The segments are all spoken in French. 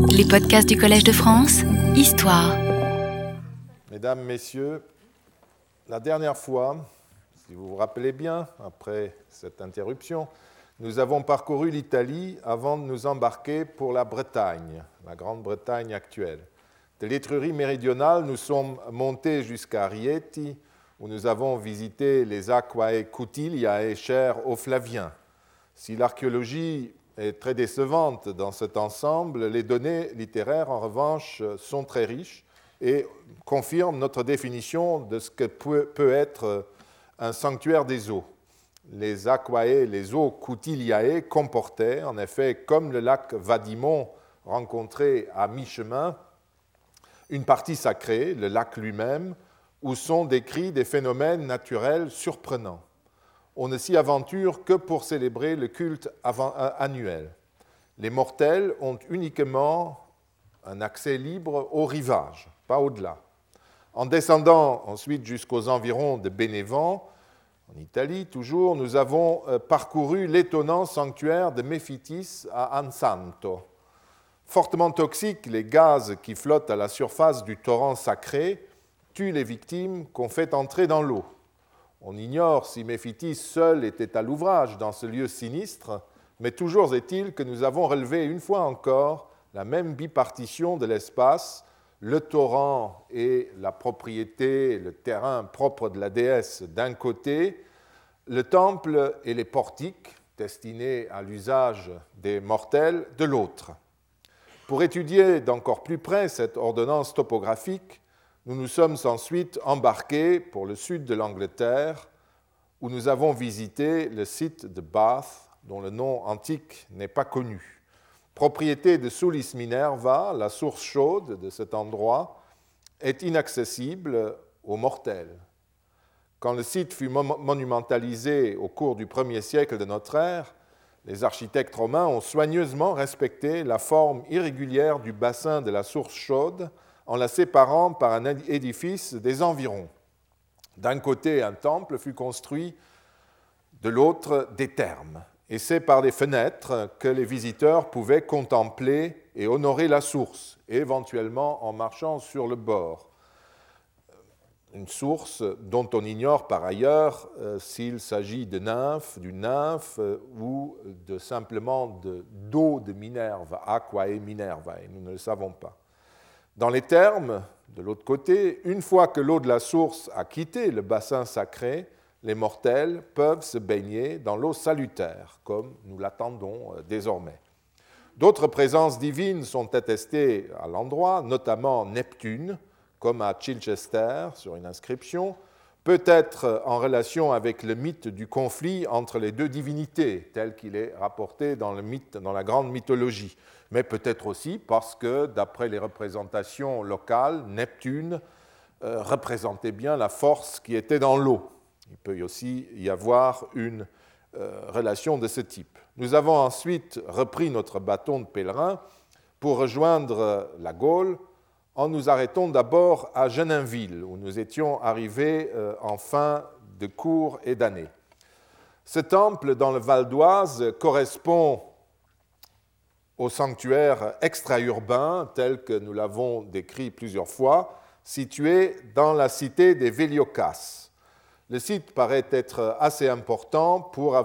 Les podcasts du Collège de France, Histoire. Mesdames, Messieurs, la dernière fois, si vous vous rappelez bien, après cette interruption, nous avons parcouru l'Italie avant de nous embarquer pour la Bretagne, la Grande-Bretagne actuelle. De l'Étrurie méridionale, nous sommes montés jusqu'à Rieti, où nous avons visité les Aquae Cutiliae chères aux Flaviens. Si l'archéologie est très décevante dans cet ensemble, les données littéraires, en revanche, sont très riches et confirment notre définition de ce que peut être un sanctuaire des eaux. Les Aquae, les eaux Cutiliae, comportaient, en effet, comme le lac Vadimon rencontré à mi-chemin, une partie sacrée, le lac lui-même, où sont décrits des phénomènes naturels surprenants. On ne s'y aventure que pour célébrer le culte annuel. Les mortels ont uniquement un accès libre au rivage, pas au-delà. En descendant ensuite jusqu'aux environs de Bénévent, en Italie toujours, nous avons parcouru l'étonnant sanctuaire de Méphitis à Ansanto. Fortement toxiques, les gaz qui flottent à la surface du torrent sacré tuent les victimes qu'on fait entrer dans l'eau. On ignore si Méphitis seul était à l'ouvrage dans ce lieu sinistre, mais toujours est-il que nous avons relevé une fois encore la même bipartition de l'espace, le torrent et la propriété, le terrain propre de la déesse d'un côté, le temple et les portiques destinés à l'usage des mortels de l'autre. Pour étudier d'encore plus près cette ordonnance topographique, nous nous sommes ensuite embarqués pour le sud de l'Angleterre, où nous avons visité le site de Bath, dont le nom antique n'est pas connu. Propriété de Sulis Minerva, la source chaude de cet endroit est inaccessible aux mortels. Quand le site fut monumentalisé au cours du 1er siècle de notre ère, les architectes romains ont soigneusement respecté la forme irrégulière du bassin de la source chaude en la séparant par un édifice des environs. D'un côté, un temple fut construit, de l'autre, des thermes. Et c'est par les fenêtres que les visiteurs pouvaient contempler et honorer la source, éventuellement en marchant sur le bord. Une source dont on ignore par ailleurs s'il s'agit de nymphes, d'une nymphe ou simplement d'eau de Minerve, Aquae Minervae, nous ne le savons pas. Dans les thermes, de l'autre côté, une fois que l'eau de la source a quitté le bassin sacré, les mortels peuvent se baigner dans l'eau salutaire, comme nous l'attendons désormais. D'autres présences divines sont attestées à l'endroit, notamment Neptune, comme à Chichester, sur une inscription, peut-être en relation avec le mythe du conflit entre les deux divinités, tel qu'il est rapporté dans la grande mythologie, mais peut-être aussi parce que, d'après les représentations locales, Neptune représentait bien la force qui était dans l'eau. Il peut aussi y avoir une relation de ce type. Nous avons ensuite repris notre bâton de pèlerin pour rejoindre la Gaule, en nous arrêtant d'abord à Geninville, où nous étions arrivés en fin de cours et d'année. Ce temple dans le Val d'Oise correspond au sanctuaire extra-urbain, tel que nous l'avons décrit plusieurs fois, situé dans la cité des Veliocas. Le site paraît être assez important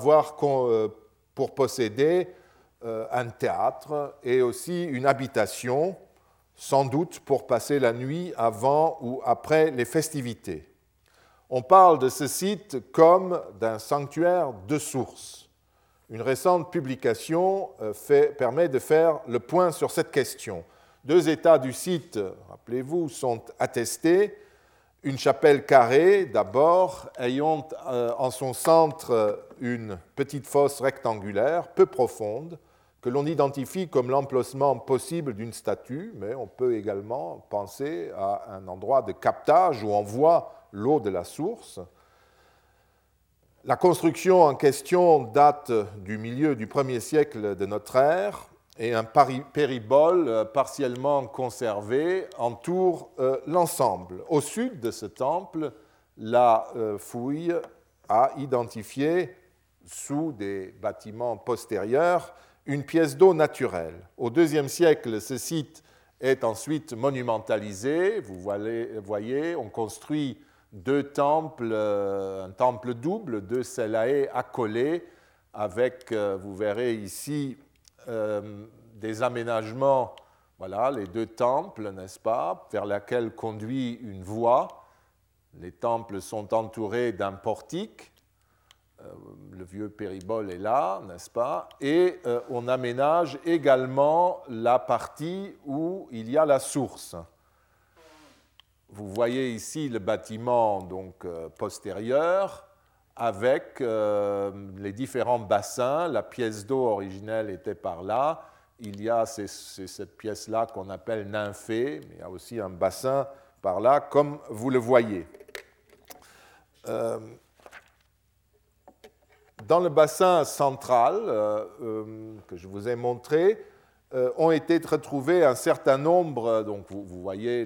pour posséder un théâtre et aussi une habitation, sans doute pour passer la nuit avant ou après les festivités. On parle de ce site comme d'un sanctuaire de source. Une récente publication permet de faire le point sur cette question. 2 états du site, rappelez-vous, sont attestés. Une chapelle carrée, d'abord, ayant en son centre une petite fosse rectangulaire, peu profonde, que l'on identifie comme l'emplacement possible d'une statue, mais on peut également penser à un endroit de captage où on voit l'eau de la source. La construction en question date du milieu du 1er siècle de notre ère et un péribole partiellement conservé entoure l'ensemble. Au sud de ce temple, la fouille a identifié, sous des bâtiments postérieurs, une pièce d'eau naturelle. Au IIe siècle, ce site est ensuite monumentalisé. Vous voyez, on construit deux temples, un temple double, deux selae accolés, avec, vous verrez ici, des aménagements, voilà, les deux temples, n'est-ce pas, vers laquelle conduit une voie. Les temples sont entourés d'un portique. Le vieux péribole est là, n'est-ce pas? Et on aménage également la partie où il y a la source. Vous voyez ici le bâtiment donc, postérieur avec les différents bassins. La pièce d'eau originelle était par là. Il y a cette pièce-là qu'on appelle nymphée, mais il y a aussi un bassin par là, comme vous le voyez. Dans le bassin central que je vous ai montré, ont été retrouvés un certain nombre, donc vous voyez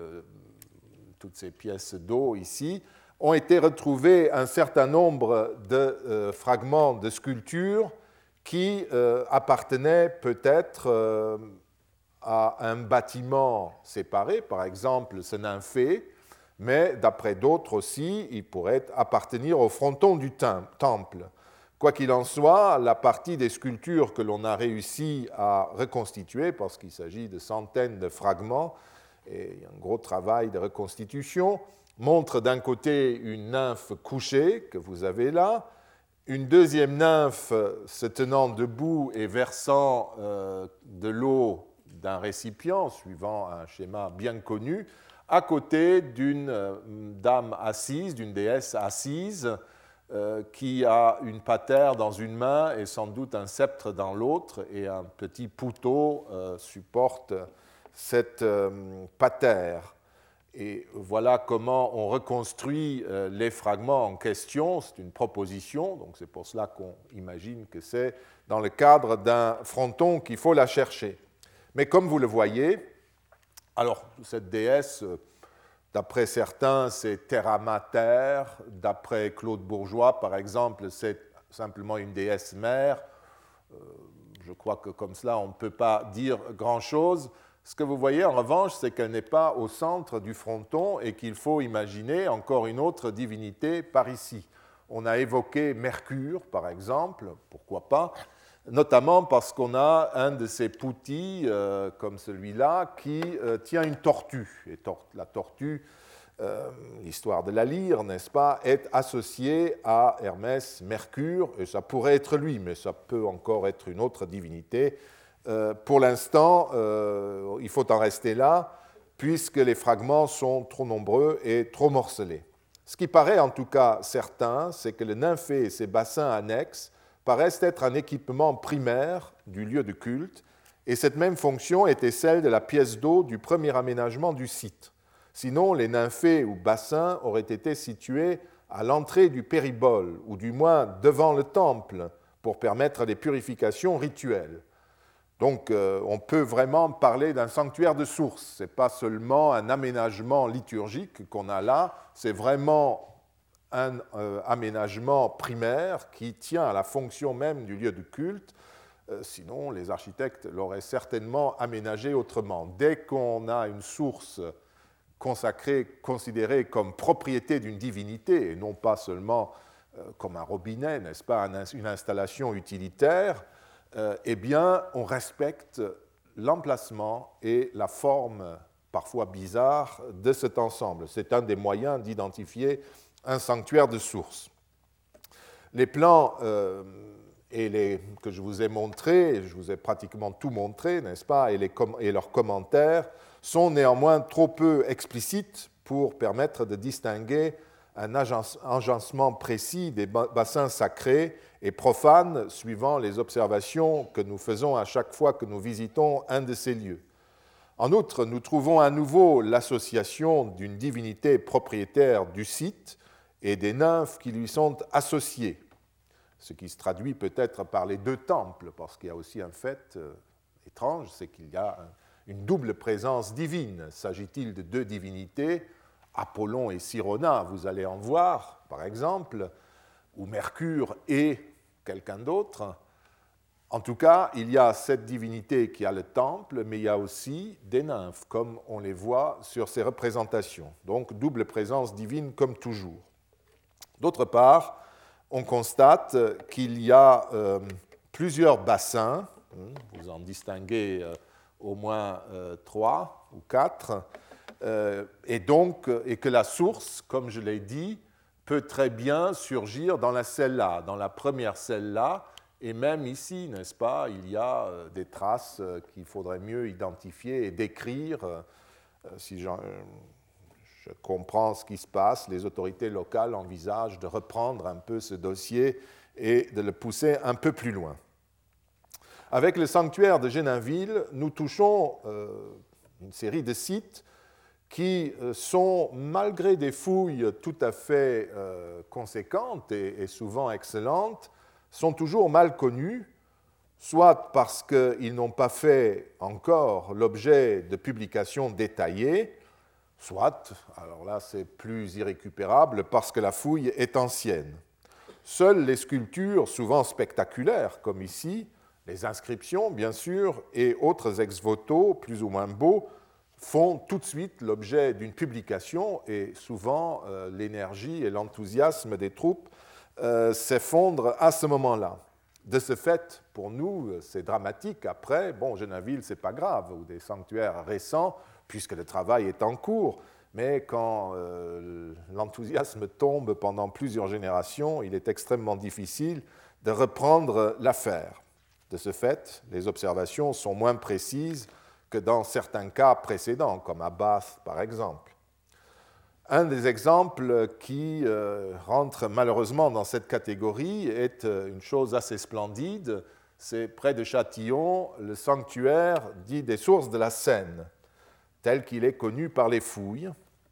toutes ces pièces d'eau ici, ont été retrouvés un certain nombre de fragments de sculptures qui appartenaient peut-être à un bâtiment séparé, par exemple ce nymphée, mais d'après d'autres aussi, il pourrait appartenir au fronton du temple. Quoi qu'il en soit, la partie des sculptures que l'on a réussi à reconstituer, parce qu'il s'agit de centaines de fragments, et il y a un gros travail de reconstitution, montre d'un côté une nymphe couchée, que vous avez là, une deuxième nymphe se tenant debout et versant de l'eau d'un récipient, suivant un schéma bien connu, à côté d'une dame assise, d'une déesse assise, qui a une patère dans une main et sans doute un sceptre dans l'autre, et un petit pouteau supporte cette patère. Et voilà comment on reconstruit les fragments en question. C'est une proposition, donc c'est pour cela qu'on imagine que c'est dans le cadre d'un fronton qu'il faut la chercher. Mais comme vous le voyez, alors cette déesse, d'après certains, c'est Terra Mater, d'après Claude Bourgeois, par exemple, c'est simplement une déesse mère. Je crois que comme cela, on ne peut pas dire grand-chose. Ce que vous voyez, en revanche, c'est qu'elle n'est pas au centre du fronton et qu'il faut imaginer encore une autre divinité par ici. On a évoqué Mercure, par exemple, pourquoi pas, notamment parce qu'on a un de ces poutis, comme celui-là, qui tient une tortue. Et la tortue, l'histoire de la lyre, n'est-ce pas, est associée à Hermès, Mercure, et ça pourrait être lui, mais ça peut encore être une autre divinité. Pour l'instant, il faut en rester là, puisque les fragments sont trop nombreux et trop morcelés. Ce qui paraît en tout cas certain, c'est que le nymphée et ses bassins annexes paraissent être un équipement primaire du lieu de culte, et cette même fonction était celle de la pièce d'eau du premier aménagement du site. Sinon, les nymphées ou bassins auraient été situés à l'entrée du péribole, ou du moins devant le temple, pour permettre des purifications rituelles. Donc, on peut vraiment parler d'un sanctuaire de source. Ce n'est pas seulement un aménagement liturgique qu'on a là, c'est vraiment un aménagement primaire qui tient à la fonction même du lieu de culte. Sinon, les architectes l'auraient certainement aménagé autrement. Dès qu'on a une source consacrée, considérée comme propriété d'une divinité, et non pas seulement comme un robinet, n'est-ce pas, une installation utilitaire, eh bien, on respecte l'emplacement et la forme parfois bizarre de cet ensemble. C'est un des moyens d'identifier un sanctuaire de source. Les plans que je vous ai montrés, je vous ai pratiquement tout montré, n'est-ce pas, et leurs commentaires sont néanmoins trop peu explicites pour permettre de distinguer un agencement précis des bassins sacrés et profanes suivant les observations que nous faisons à chaque fois que nous visitons un de ces lieux. En outre, nous trouvons à nouveau l'association d'une divinité propriétaire du site et des nymphes qui lui sont associées, ce qui se traduit peut-être par les deux temples, parce qu'il y a aussi un fait étrange, c'est qu'il y a une double présence divine. S'agit-il de deux divinités, Apollon et Sirona, vous allez en voir, par exemple, ou Mercure et quelqu'un d'autre. En tout cas, il y a cette divinité qui a le temple, mais il y a aussi des nymphes, comme on les voit sur ces représentations. Donc, double présence divine comme toujours. D'autre part, on constate qu'il y a plusieurs bassins, vous en distinguez au moins 3 ou 4, et que la source, comme je l'ai dit, peut très bien surgir dans la celle-là, dans la première celle-là, et même ici, n'est-ce pas, il y a des traces qu'il faudrait mieux identifier et décrire. Si je comprends ce qui se passe, les autorités locales envisagent de reprendre un peu ce dossier et de le pousser un peu plus loin. Avec le sanctuaire de Genainville, nous touchons une série de sites qui sont, malgré des fouilles tout à fait conséquentes et souvent excellentes, sont toujours mal connus, soit parce qu'ils n'ont pas fait encore l'objet de publications détaillées, soit, alors là c'est plus irrécupérable, parce que la fouille est ancienne. Seules les sculptures, souvent spectaculaires, comme ici, les inscriptions, bien sûr, et autres ex-voto, plus ou moins beaux, font tout de suite l'objet d'une publication, et souvent l'énergie et l'enthousiasme des troupes s'effondrent à ce moment-là. De ce fait, pour nous, c'est dramatique. Après, bon, Genainville, ce n'est pas grave, ou des sanctuaires récents, puisque le travail est en cours, mais quand l'enthousiasme tombe pendant plusieurs générations, il est extrêmement difficile de reprendre l'affaire. De ce fait, les observations sont moins précises que dans certains cas précédents, comme à Bath, par exemple. Un des exemples qui rentre malheureusement dans cette catégorie est une chose assez splendide, c'est près de Châtillon, le sanctuaire dit des sources de la Seine, tel qu'il est connu par les fouilles.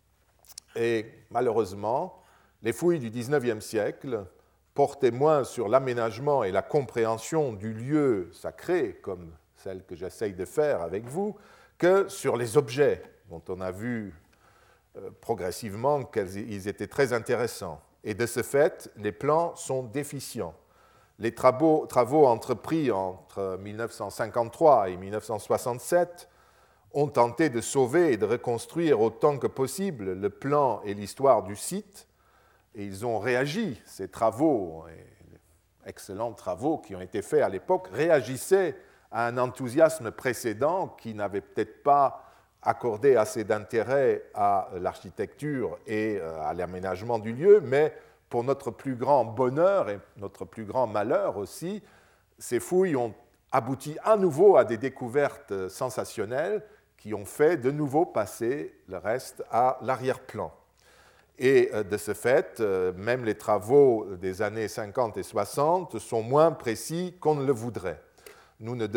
Et malheureusement, les fouilles du XIXe siècle portaient moins sur l'aménagement et la compréhension du lieu sacré, comme celle que j'essaye de faire avec vous, que sur les objets, dont on a vu progressivement qu'ils étaient très intéressants. Et de ce fait, les plans sont déficients. Les travaux entrepris entre 1953 et 1967 ont tenté de sauver et de reconstruire autant que possible le plan et l'histoire du site, et ils ont réagi. Ces travaux, excellents travaux qui ont été faits à l'époque, réagissaient à un enthousiasme précédent qui n'avait peut-être pas accordé assez d'intérêt à l'architecture et à l'aménagement du lieu, mais pour notre plus grand bonheur et notre plus grand malheur aussi, ces fouilles ont abouti à nouveau à des découvertes sensationnelles qui ont fait de nouveau passer le reste à l'arrière-plan. Et de ce fait, même les travaux des années 50 et 60 sont moins précis qu'on ne le voudrait. Nous ne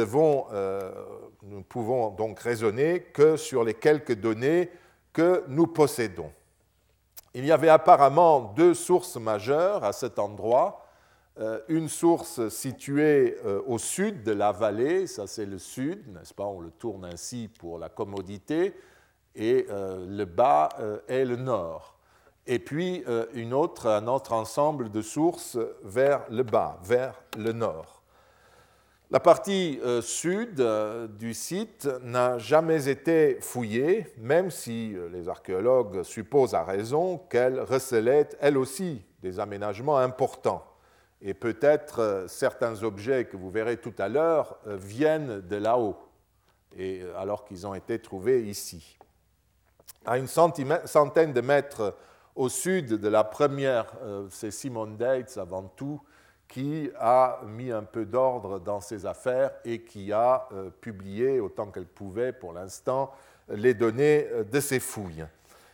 pouvons donc raisonner que sur les quelques données que nous possédons. Il y avait apparemment 2 sources majeures à cet endroit. Une source située au sud de la vallée, ça c'est le sud, n'est-ce pas, on le tourne ainsi pour la commodité, et le bas est le nord. Et puis un autre ensemble de sources vers le bas, vers le nord. La partie sud du site n'a jamais été fouillée, même si les archéologues supposent à raison qu'elle recelait, elle aussi, des aménagements importants. Et peut-être certains objets que vous verrez tout à l'heure viennent de là-haut, alors qu'ils ont été trouvés ici. À une centaine de mètres au sud de la première, c'est Simone Dates avant tout, qui a mis un peu d'ordre dans ses affaires et qui a publié, autant qu'elle pouvait pour l'instant, les données de ses fouilles.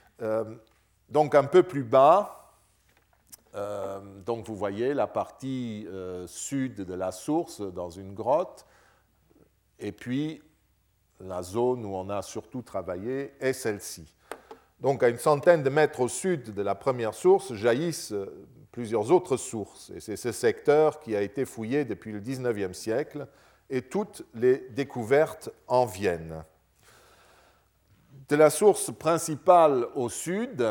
Donc un peu plus bas, donc vous voyez la partie sud de la source dans une grotte, et puis la zone où on a surtout travaillé est celle-ci. Donc à une centaine de mètres au sud de la première source jaillissent plusieurs autres sources, et c'est ce secteur qui a été fouillé depuis le XIXe siècle, et toutes les découvertes en viennent. De la source principale au sud,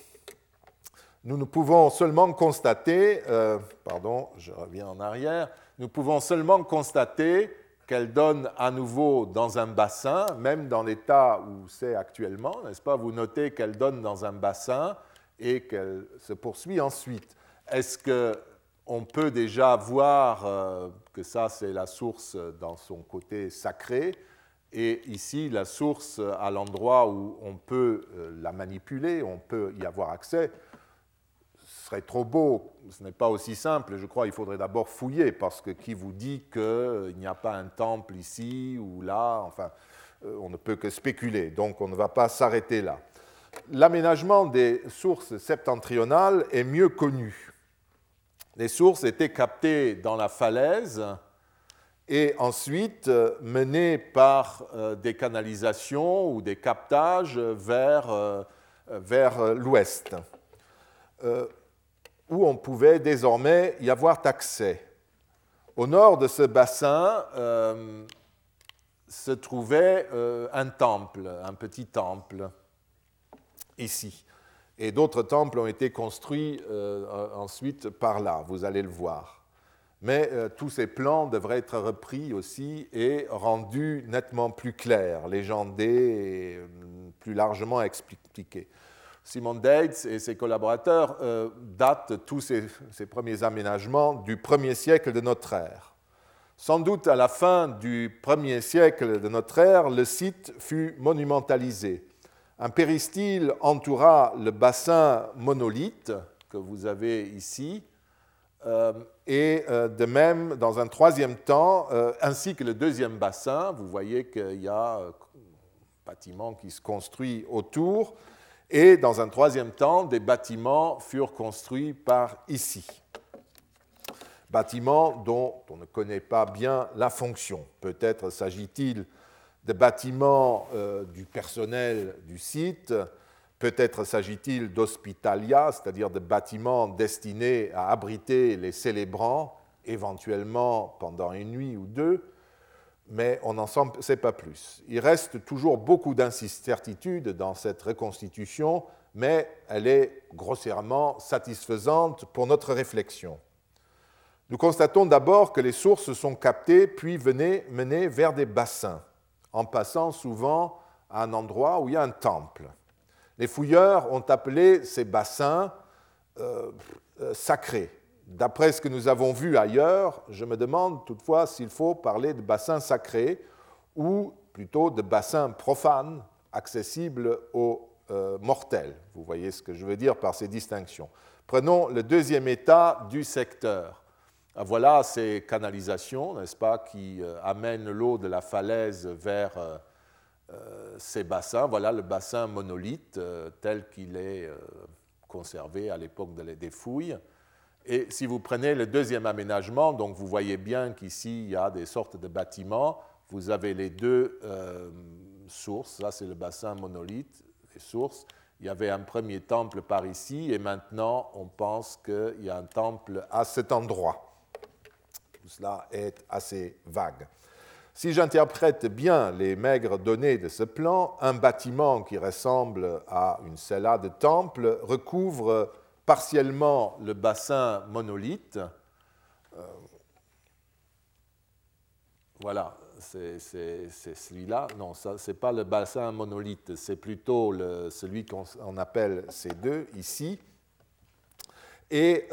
nous ne pouvons seulement constater, je reviens en arrière, nous pouvons seulement constater qu'elle donne à nouveau dans un bassin, même dans l'état où c'est actuellement, n'est-ce pas? Vous notez qu'elle donne dans un bassin et qu'elle se poursuit ensuite. Est-ce qu'on peut déjà voir que ça, c'est la source dans son côté sacré, et ici, la source à l'endroit où on peut la manipuler, on peut y avoir accès? Ce serait trop beau, ce n'est pas aussi simple, je crois qu'il faudrait d'abord fouiller, parce que qui vous dit qu'il n'y a pas un temple ici ou là, enfin, on ne peut que spéculer, donc on ne va pas s'arrêter là. L'aménagement des sources septentrionales est mieux connu. Les sources étaient captées dans la falaise et ensuite menées par des canalisations ou des captages vers l'ouest, où on pouvait désormais y avoir accès. Au nord de ce bassin se trouvait un temple, un petit temple, ici. Et d'autres temples ont été construits ensuite par là, vous allez le voir. Mais tous ces plans devraient être repris aussi et rendus nettement plus clairs, légendés et plus largement expliqués. Simon Dates et ses collaborateurs datent tous ces premiers aménagements du 1er siècle de notre ère. Sans doute à la fin du 1er siècle de notre ère, le site fut monumentalisé. Un péristyle entoura le bassin monolithe que vous avez ici, et de même, dans un troisième temps, ainsi que le deuxième bassin, vous voyez qu'il y a un bâtiment qui se construit autour, et dans un troisième temps, des bâtiments furent construits par ici. Bâtiments dont on ne connaît pas bien la fonction. Peut-être s'agit-il de bâtiments du personnel du site, peut-être s'agit-il d'hospitalia, c'est-à-dire de bâtiments destinés à abriter les célébrants, éventuellement pendant une nuit ou deux, mais on n'en sait pas plus. Il reste toujours beaucoup d'incertitudes dans cette reconstitution, mais elle est grossièrement satisfaisante pour notre réflexion. Nous constatons d'abord que les sources sont captées puis menées vers des bassins, en passant souvent à un endroit où il y a un temple. Les fouilleurs ont appelé ces bassins sacrés. D'après ce que nous avons vu ailleurs, je me demande toutefois s'il faut parler de bassins sacrés ou plutôt de bassins profanes accessibles aux mortels. Vous voyez ce que je veux dire par ces distinctions. Prenons le deuxième état du secteur. Voilà ces canalisations, n'est-ce pas, qui amènent l'eau de la falaise vers ces bassins. Voilà le bassin monolithe tel qu'il est conservé à l'époque des fouilles. Et si vous prenez le deuxième aménagement, donc vous voyez bien qu'ici, il y a des sortes de bâtiments. Vous avez les deux sources. Là, c'est le bassin monolithe, les sources. Il y avait un premier temple par ici, et maintenant, on pense qu'il y a un temple à cet endroit. Tout cela est assez vague. Si j'interprète bien les maigres données de ce plan, un bâtiment qui ressemble à une cella de temple recouvre partiellement le bassin monolithe. Voilà, c'est celui-là. Non, ce n'est pas le bassin monolithe, c'est plutôt celui qu'on appelle C2 ici. Et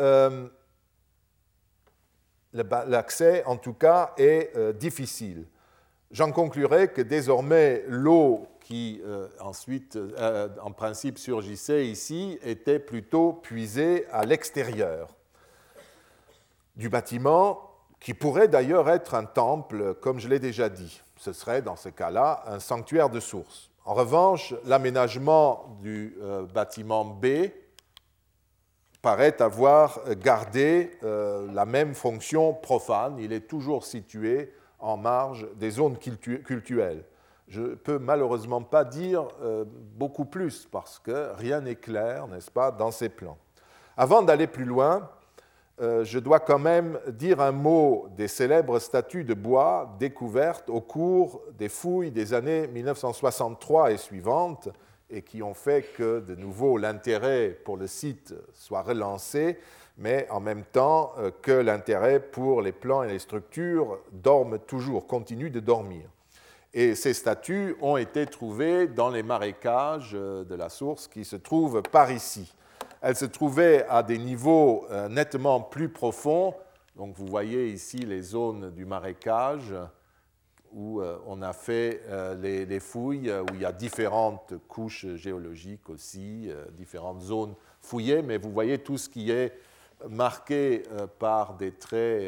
l'accès, en tout cas, est difficile. J'en conclurai que désormais, l'eau qui ensuite, en principe, surgissait ici, était plutôt puisée à l'extérieur du bâtiment, qui pourrait d'ailleurs être un temple, comme je l'ai déjà dit. Ce serait, dans ce cas-là, un sanctuaire de source. En revanche, l'aménagement du bâtiment B paraît avoir gardé la même fonction profane. Il est toujours situé en marge des zones cultuelles. Je ne peux malheureusement pas dire beaucoup plus parce que rien n'est clair, n'est-ce pas, dans ces plans. Avant d'aller plus loin, je dois quand même dire un mot des célèbres statues de bois découvertes au cours des fouilles des années 1963 et suivantes et qui ont fait que, de nouveau, l'intérêt pour le site soit relancé. mais en même temps que l'intérêt pour les plans et les structures dorment toujours, continuent de dormir. Et ces statues ont été trouvées dans les marécages de la source qui se trouvent par ici. Elles se trouvaient à des niveaux nettement plus profonds. Donc vous voyez ici les zones du marécage où on a fait les fouilles, où il y a différentes couches géologiques aussi, différentes zones fouillées, mais vous voyez tout ce qui est marqué par des traits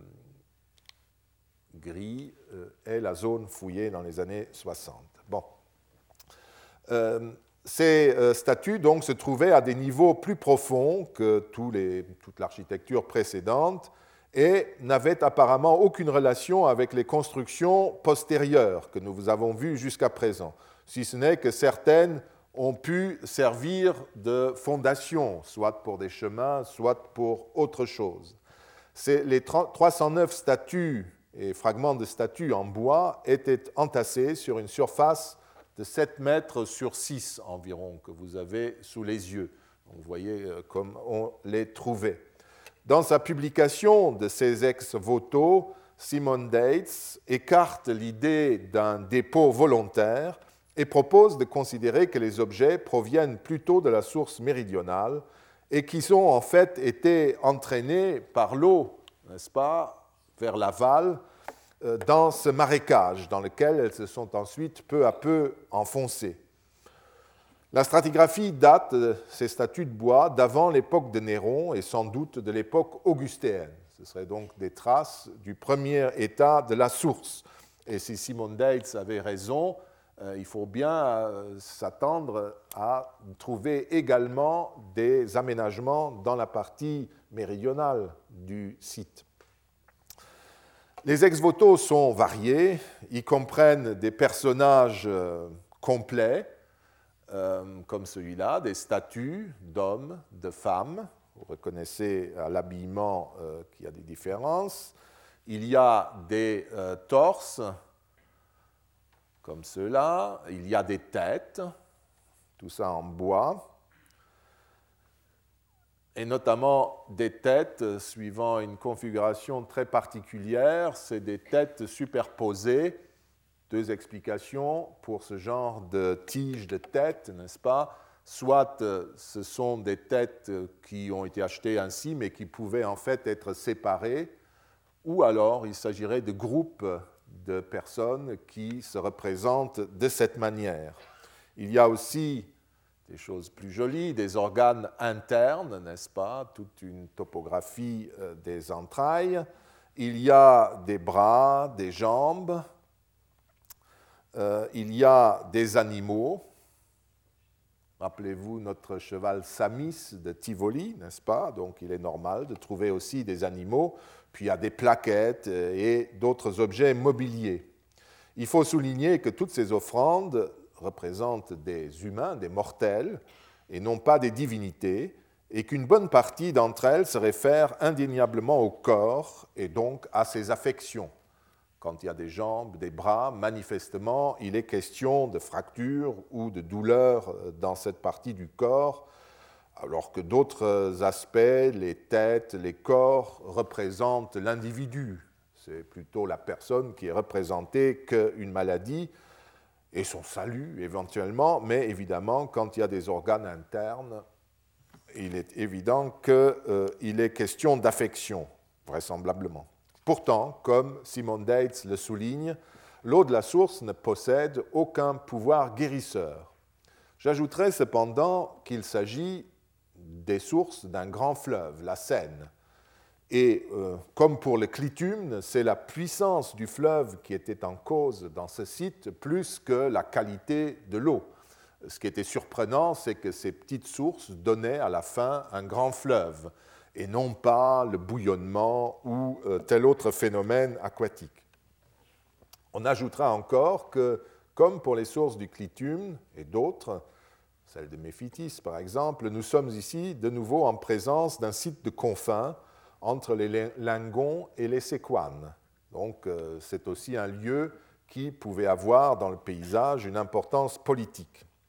gris est la zone fouillée dans les années 60. Bon. Ces statues donc, se trouvaient à des niveaux plus profonds que toute l'architecture précédente et n'avaient apparemment aucune relation avec les constructions postérieures que nous avons vues jusqu'à présent, si ce n'est que certaines ont pu servir de fondation, soit pour des chemins, soit pour autre chose. Les 309 statues et fragments de statues en bois étaient entassés sur une surface de 7 mètres sur 6 environ, que vous avez sous les yeux. Donc, vous voyez comme on les trouvait. Dans sa publication de ces ex-voto, Simon Dates écarte l'idée d'un dépôt volontaire et propose de considérer que les objets proviennent plutôt de la source méridionale et qui ont en fait été entraînés par l'eau, n'est-ce pas, vers l'aval, dans ce marécage dans lequel elles se sont ensuite peu à peu enfoncées. La stratigraphie date de ces statues de bois d'avant l'époque de Néron et sans doute de l'époque augustéenne. Ce seraient donc des traces du premier état de la source. Et si Simon Dates avait raison, il faut bien s'attendre à trouver également des aménagements dans la partie méridionale du site. Les ex-voto sont variés, ils comprennent des personnages complets, comme celui-là, des statues d'hommes, de femmes. Vous reconnaissez à l'habillement qu'il y a des différences. Il y a des torses, comme ceux-là. Il y a des têtes, tout ça en bois. Et notamment des têtes suivant une configuration très particulière, c'est des têtes superposées. Deux explications pour ce genre de tige de tête, n'est-ce pas? Soit ce sont des têtes qui ont été achetées ainsi, mais qui pouvaient en fait être séparées, ou alors il s'agirait de groupes de personnes qui se représentent de cette manière. Il y a aussi des choses plus jolies, des organes internes, n'est-ce pas? Toute une topographie des entrailles. Il y a des bras, des jambes. Il y a des animaux. Rappelez-vous notre cheval Samis de Tivoli, n'est-ce pas? Donc il est normal de trouver aussi des animaux. Puis il y a des plaquettes et d'autres objets mobiliers. Il faut souligner que toutes ces offrandes représentent des humains, des mortels, et non pas des divinités, et qu'une bonne partie d'entre elles se réfère indéniablement au corps et donc à ses affections. Quand il y a des jambes, des bras, manifestement, il est question de fractures ou de douleurs dans cette partie du corps, alors que d'autres aspects, les têtes, les corps, représentent l'individu. C'est plutôt la personne qui est représentée qu'une maladie, et son salut éventuellement, mais évidemment, quand il y a des organes internes, il est évident qu'il est question d'affection, vraisemblablement. Pourtant, comme Simon Dates le souligne, l'eau de la source ne possède aucun pouvoir guérisseur. J'ajouterai cependant qu'il s'agit des sources d'un grand fleuve, la Seine. Et comme pour le clitumne, c'est la puissance du fleuve qui était en cause dans ce site plus que la qualité de l'eau. Ce qui était surprenant, c'est que ces petites sources donnaient à la fin un grand fleuve, et non pas le bouillonnement ou tel autre phénomène aquatique. On ajoutera encore que, comme pour les sources du clitumne et d'autres, celle de Méphitis par exemple, nous sommes ici de nouveau en présence d'un site de confins entre les Lingons et les Séquanes. Donc c'est aussi un lieu qui pouvait avoir dans le paysage une importance politique.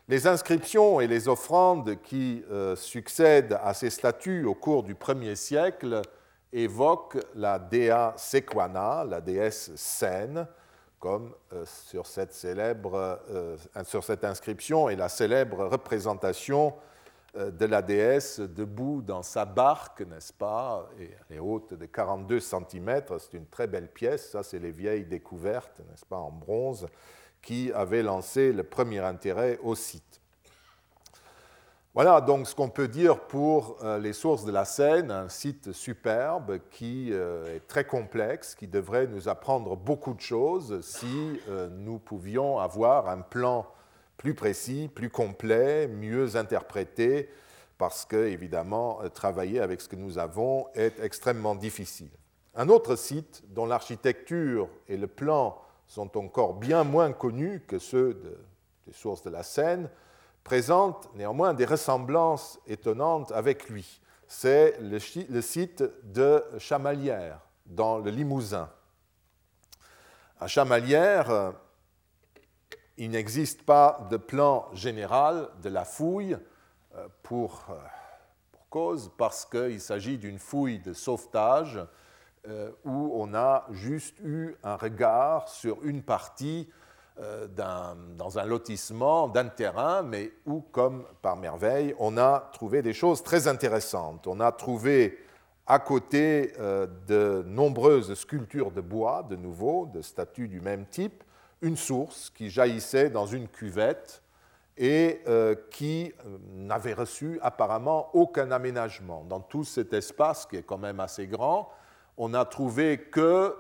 Les inscriptions et les offrandes qui succèdent à ces statues au cours du 1er siècle évoquent la Dea Sequana, la déesse saine, comme sur cette inscription et la célèbre représentation de la déesse debout dans sa barque, n'est-ce pas, et elle est haute de 42 cm, c'est une très belle pièce, ça c'est les vieilles découvertes, n'est-ce pas, en bronze, qui avaient lancé le premier intérêt au site. Voilà donc ce qu'on peut dire pour les sources de la Seine, un site superbe qui est très complexe, qui devrait nous apprendre beaucoup de choses si nous pouvions avoir un plan plus précis, plus complet, mieux interprété, parce que, évidemment, travailler avec ce que nous avons est extrêmement difficile. Un autre site dont l'architecture et le plan sont encore bien moins connus que ceux des sources de la Seine, présente néanmoins des ressemblances étonnantes avec lui. C'est le site de Chamalières, dans le Limousin. À Chamalières, il n'existe pas de plan général de la fouille pour cause, parce qu'il s'agit d'une fouille de sauvetage où on a juste eu un regard sur une partie dans un lotissement d'un terrain, mais où, comme par merveille, on a trouvé des choses très intéressantes. On a trouvé à côté de nombreuses sculptures de bois, de nouveau, de statues du même type, une source qui jaillissait dans une cuvette et qui n'avait reçu apparemment aucun aménagement. Dans tout cet espace, qui est quand même assez grand, on n'a trouvé que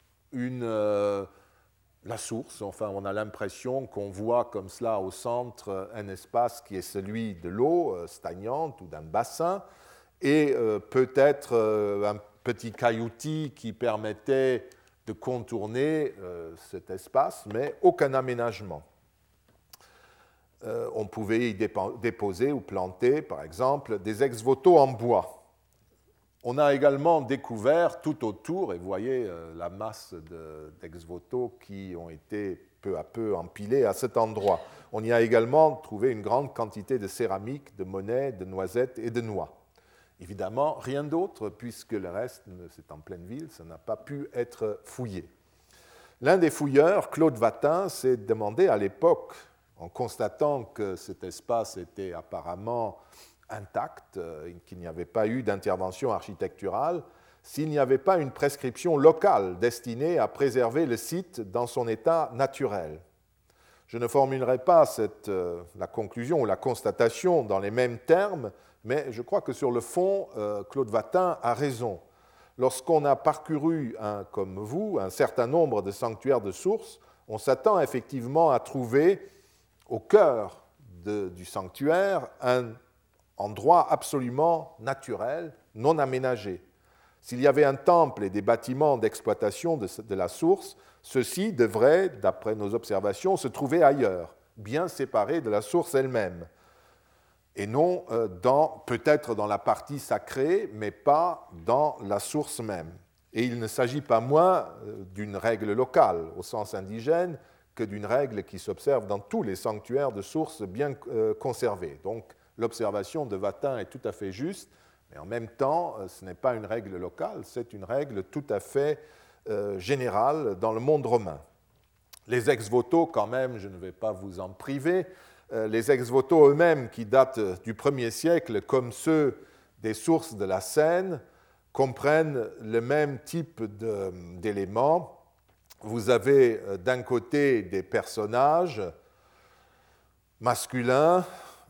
la source. Enfin, on a l'impression qu'on voit comme cela au centre un espace qui est celui de l'eau stagnante ou d'un bassin, et peut-être un petit cailloutis qui permettait de contourner cet espace, mais aucun aménagement. On pouvait y déposer ou planter, par exemple, des ex-voto en bois. On a également découvert tout autour, et vous voyez la masse d'ex-voto qui ont été peu à peu empilés à cet endroit. On y a également trouvé une grande quantité de céramique, de monnaies, de noisettes et de noix. Évidemment, rien d'autre, puisque le reste, c'est en pleine ville, ça n'a pas pu être fouillé. L'un des fouilleurs, Claude Watin, s'est demandé à l'époque, en constatant que cet espace était apparemment intact, qu'il n'y avait pas eu d'intervention architecturale, s'il n'y avait pas une prescription locale destinée à préserver le site dans son état naturel. Je ne formulerai pas la conclusion ou la constatation dans les mêmes termes, mais je crois que sur le fond, Claude Watin a raison. Lorsqu'on a parcouru, comme vous, un certain nombre de sanctuaires de sources, on s'attend effectivement à trouver au cœur du sanctuaire un endroit absolument naturel, non aménagé. S'il y avait un temple et des bâtiments d'exploitation de la source, ceux-ci devraient, d'après nos observations, se trouver ailleurs, bien séparés de la source elle-même, et non peut-être dans la partie sacrée, mais pas dans la source même. Et il ne s'agit pas moins d'une règle locale, au sens indigène, que d'une règle qui s'observe dans tous les sanctuaires de sources bien conservés. Donc, l'observation de Watin est tout à fait juste, mais en même temps, ce n'est pas une règle locale, c'est une règle tout à fait générale dans le monde romain. Les ex-voto, quand même, je ne vais pas vous en priver, les ex-voto eux-mêmes, qui datent du 1er siècle, comme ceux des sources de la Seine, comprennent le même type d'éléments. Vous avez d'un côté des personnages masculins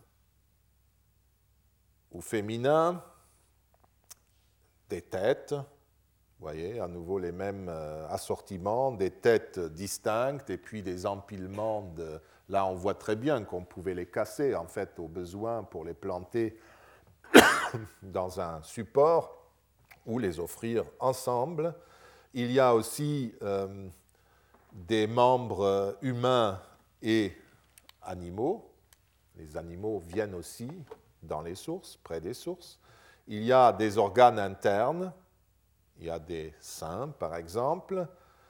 ou féminins, des têtes, vous voyez, à nouveau les mêmes assortiments, des têtes distinctes et puis des empilements de... Là, on voit très bien qu'on pouvait les casser, en fait, au besoin pour les planter dans un support ou les offrir ensemble. Il y a aussi des membres humains et animaux. Les animaux viennent aussi dans les sources, près des sources. Il y a des organes internes, il y a des seins, par exemple.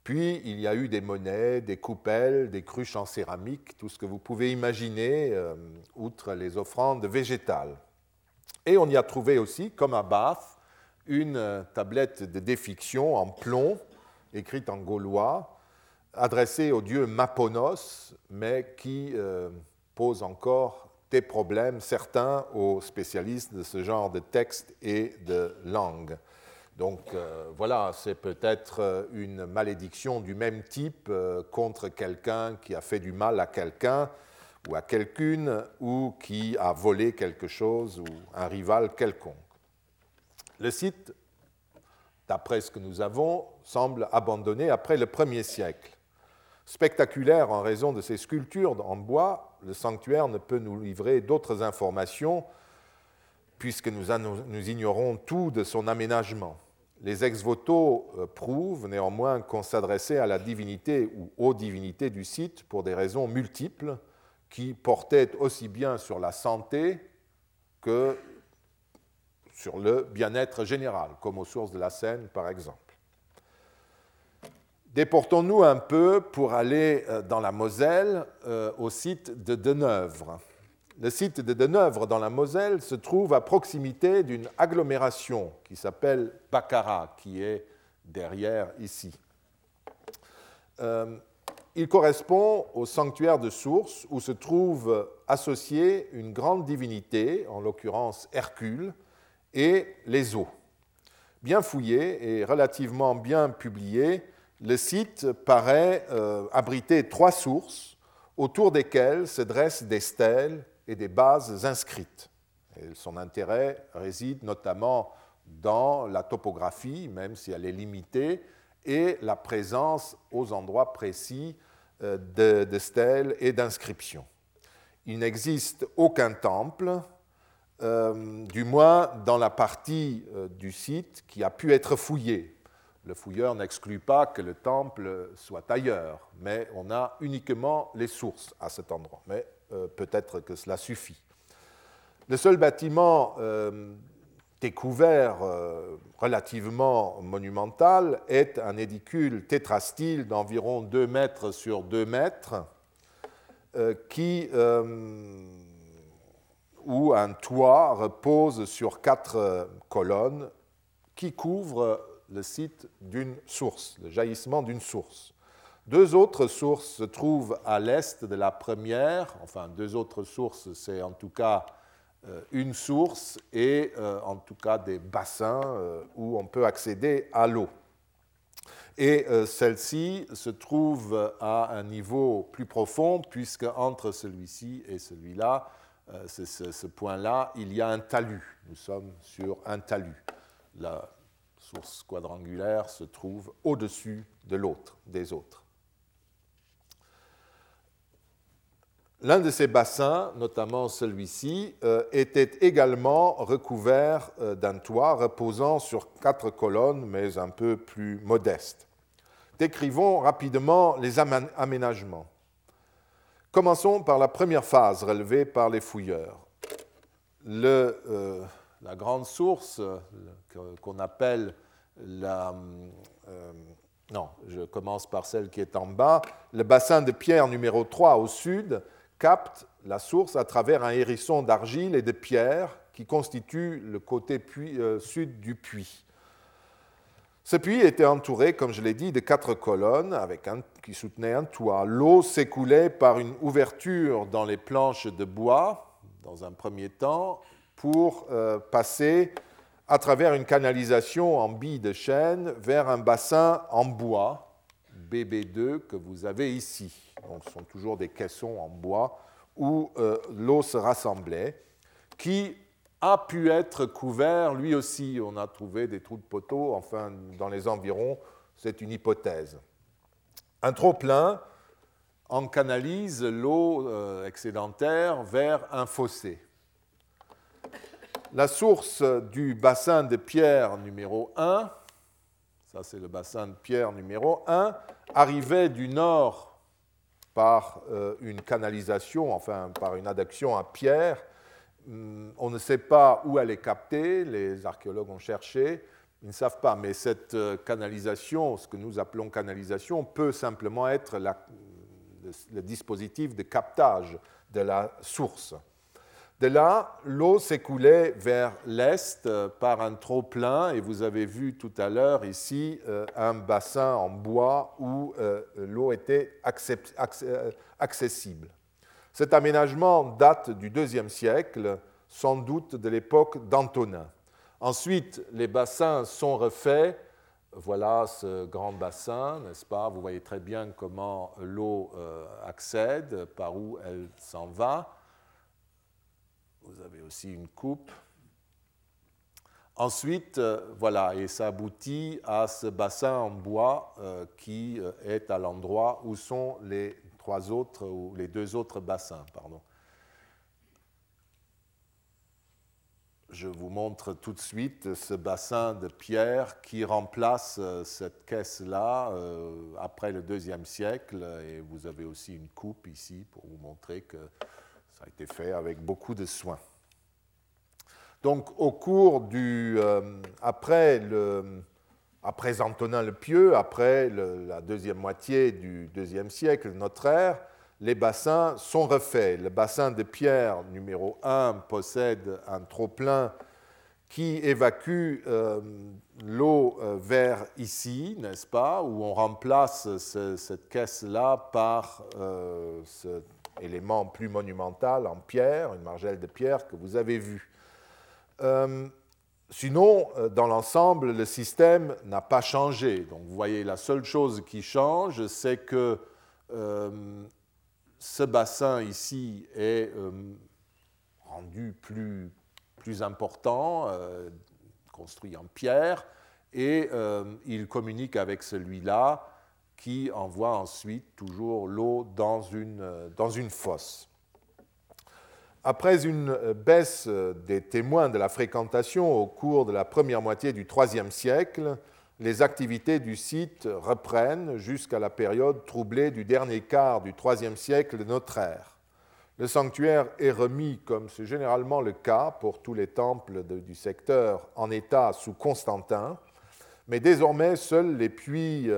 Puis, il y a eu des monnaies, des coupelles, des cruches en céramique, tout ce que vous pouvez imaginer, outre les offrandes végétales. Et on y a trouvé aussi, comme à Bath, une tablette de défiction en plomb, écrite en gaulois, adressée au dieu Maponos, mais qui pose encore des problèmes, certains aux spécialistes de ce genre de texte et de langue. Donc voilà, c'est peut-être une malédiction du même type contre quelqu'un qui a fait du mal à quelqu'un ou à quelqu'une ou qui a volé quelque chose ou un rival quelconque. Le site, d'après ce que nous avons, semble abandonné après le 1er siècle. Spectaculaire en raison de ses sculptures en bois, le sanctuaire ne peut nous livrer d'autres informations puisque nous ignorons tout de son aménagement. Les ex-voto prouvent néanmoins qu'on s'adressait à la divinité ou aux divinités du site pour des raisons multiples qui portaient aussi bien sur la santé que sur le bien-être général, comme aux sources de la Seine par exemple. Déportons-nous un peu pour aller dans la Moselle au site de Deneuvre. Le site de Deneuvre dans la Moselle se trouve à proximité d'une agglomération qui s'appelle Baccarat, qui est derrière ici. Il correspond au sanctuaire de Source où se trouve associée une grande divinité, en l'occurrence Hercule, et les eaux. Bien fouillé et relativement bien publié, le site paraît abriter 3 sources autour desquelles se dressent des stèles et des bases inscrites. Et son intérêt réside notamment dans la topographie, même si elle est limitée, et la présence aux endroits précis de stèles et d'inscriptions. Il n'existe aucun temple, du moins dans la partie du site qui a pu être fouillée. Le fouilleur n'exclut pas que le temple soit ailleurs, mais on a uniquement les sources à cet endroit. Mais peut-être que cela suffit. Le seul bâtiment découvert relativement monumental est un édicule tétrastyle d'environ 2 mètres sur 2 mètres où un toit repose sur 4 colonnes qui couvrent le site d'une source, le jaillissement d'une source. 2 autres sources se trouvent à l'est de la première, enfin 2 autres sources, c'est en tout cas une source et en tout cas des bassins où on peut accéder à l'eau. Et celle-ci se trouve à un niveau plus profond puisque entre celui-ci et celui-là, ce point-là, il y a un talus. Nous sommes sur un talus. La source quadrangulaire se trouve au-dessus de l'autre, des autres. L'un de ces bassins, notamment celui-ci, était également recouvert d'un toit reposant sur 4 colonnes, mais un peu plus modestes. Décrivons rapidement les aménagements. Commençons par la première phase relevée par les fouilleurs. La grande source qu'on appelle non, je commence par celle qui est en bas. Le bassin de pierre numéro 3 au sud capte la source à travers un hérisson d'argile et de pierre qui constitue le côté sud du puits. Ce puits était entouré, comme je l'ai dit, de 4 colonnes qui soutenaient un toit. L'eau s'écoulait par une ouverture dans les planches de bois, dans un premier temps, pour passer à travers une canalisation en billes de chêne vers un bassin en bois, BB2, que vous avez ici. Donc, ce sont toujours des caissons en bois où l'eau se rassemblait, qui a pu être couvert, lui aussi. On a trouvé des trous de poteaux, enfin, dans les environs, c'est une hypothèse. Un trop-plein en canalise l'eau excédentaire vers un fossé. La source du bassin de pierre numéro 1, ça c'est le bassin de pierre numéro 1, arrivait du nord par une canalisation, enfin par une adduction à pierre. On ne sait pas où elle est captée, les archéologues ont cherché, ils ne savent pas, mais cette canalisation, ce que nous appelons canalisation, peut simplement être le dispositif de captage de la source. De là, l'eau s'écoulait vers l'est par un trop-plein, et vous avez vu tout à l'heure ici un bassin en bois où l'eau était accessible. Cet aménagement date du IIe siècle, sans doute de l'époque d'Antonin. Ensuite, les bassins sont refaits. Voilà ce grand bassin, n'est-ce pas? Vous voyez très bien comment l'eau accède, par où elle s'en va. Vous avez aussi une coupe. Ensuite, voilà, et ça aboutit à ce bassin en bois qui est à l'endroit où sont les deux autres bassins. Pardon. Je vous montre tout de suite ce bassin de pierre qui remplace cette caisse-là après le IIe siècle. Et vous avez aussi une coupe ici pour vous montrer que ça a été fait avec beaucoup de soin. Donc, au cours après Antonin le Pieux, après la deuxième moitié du IIe siècle de notre ère, les bassins sont refaits. Le bassin de pierre numéro 1 possède un trop-plein qui évacue l'eau vers ici, n'est-ce pas, où on remplace cette caisse-là par cet élément plus monumental en pierre, une margelle de pierre que vous avez vue. Sinon, dans l'ensemble, le système n'a pas changé. Donc, vous voyez, la seule chose qui change, c'est que ce bassin ici est rendu plus important, construit en pierre, et il communique avec celui-là qui envoie ensuite toujours l'eau dans une fosse. Après une baisse des témoins de la fréquentation au cours de la première moitié du IIIe siècle, les activités du site reprennent jusqu'à la période troublée du dernier quart du IIIe siècle de notre ère. Le sanctuaire est remis, comme c'est généralement le cas pour tous les temples du secteur, en état sous Constantin, mais désormais seuls les puits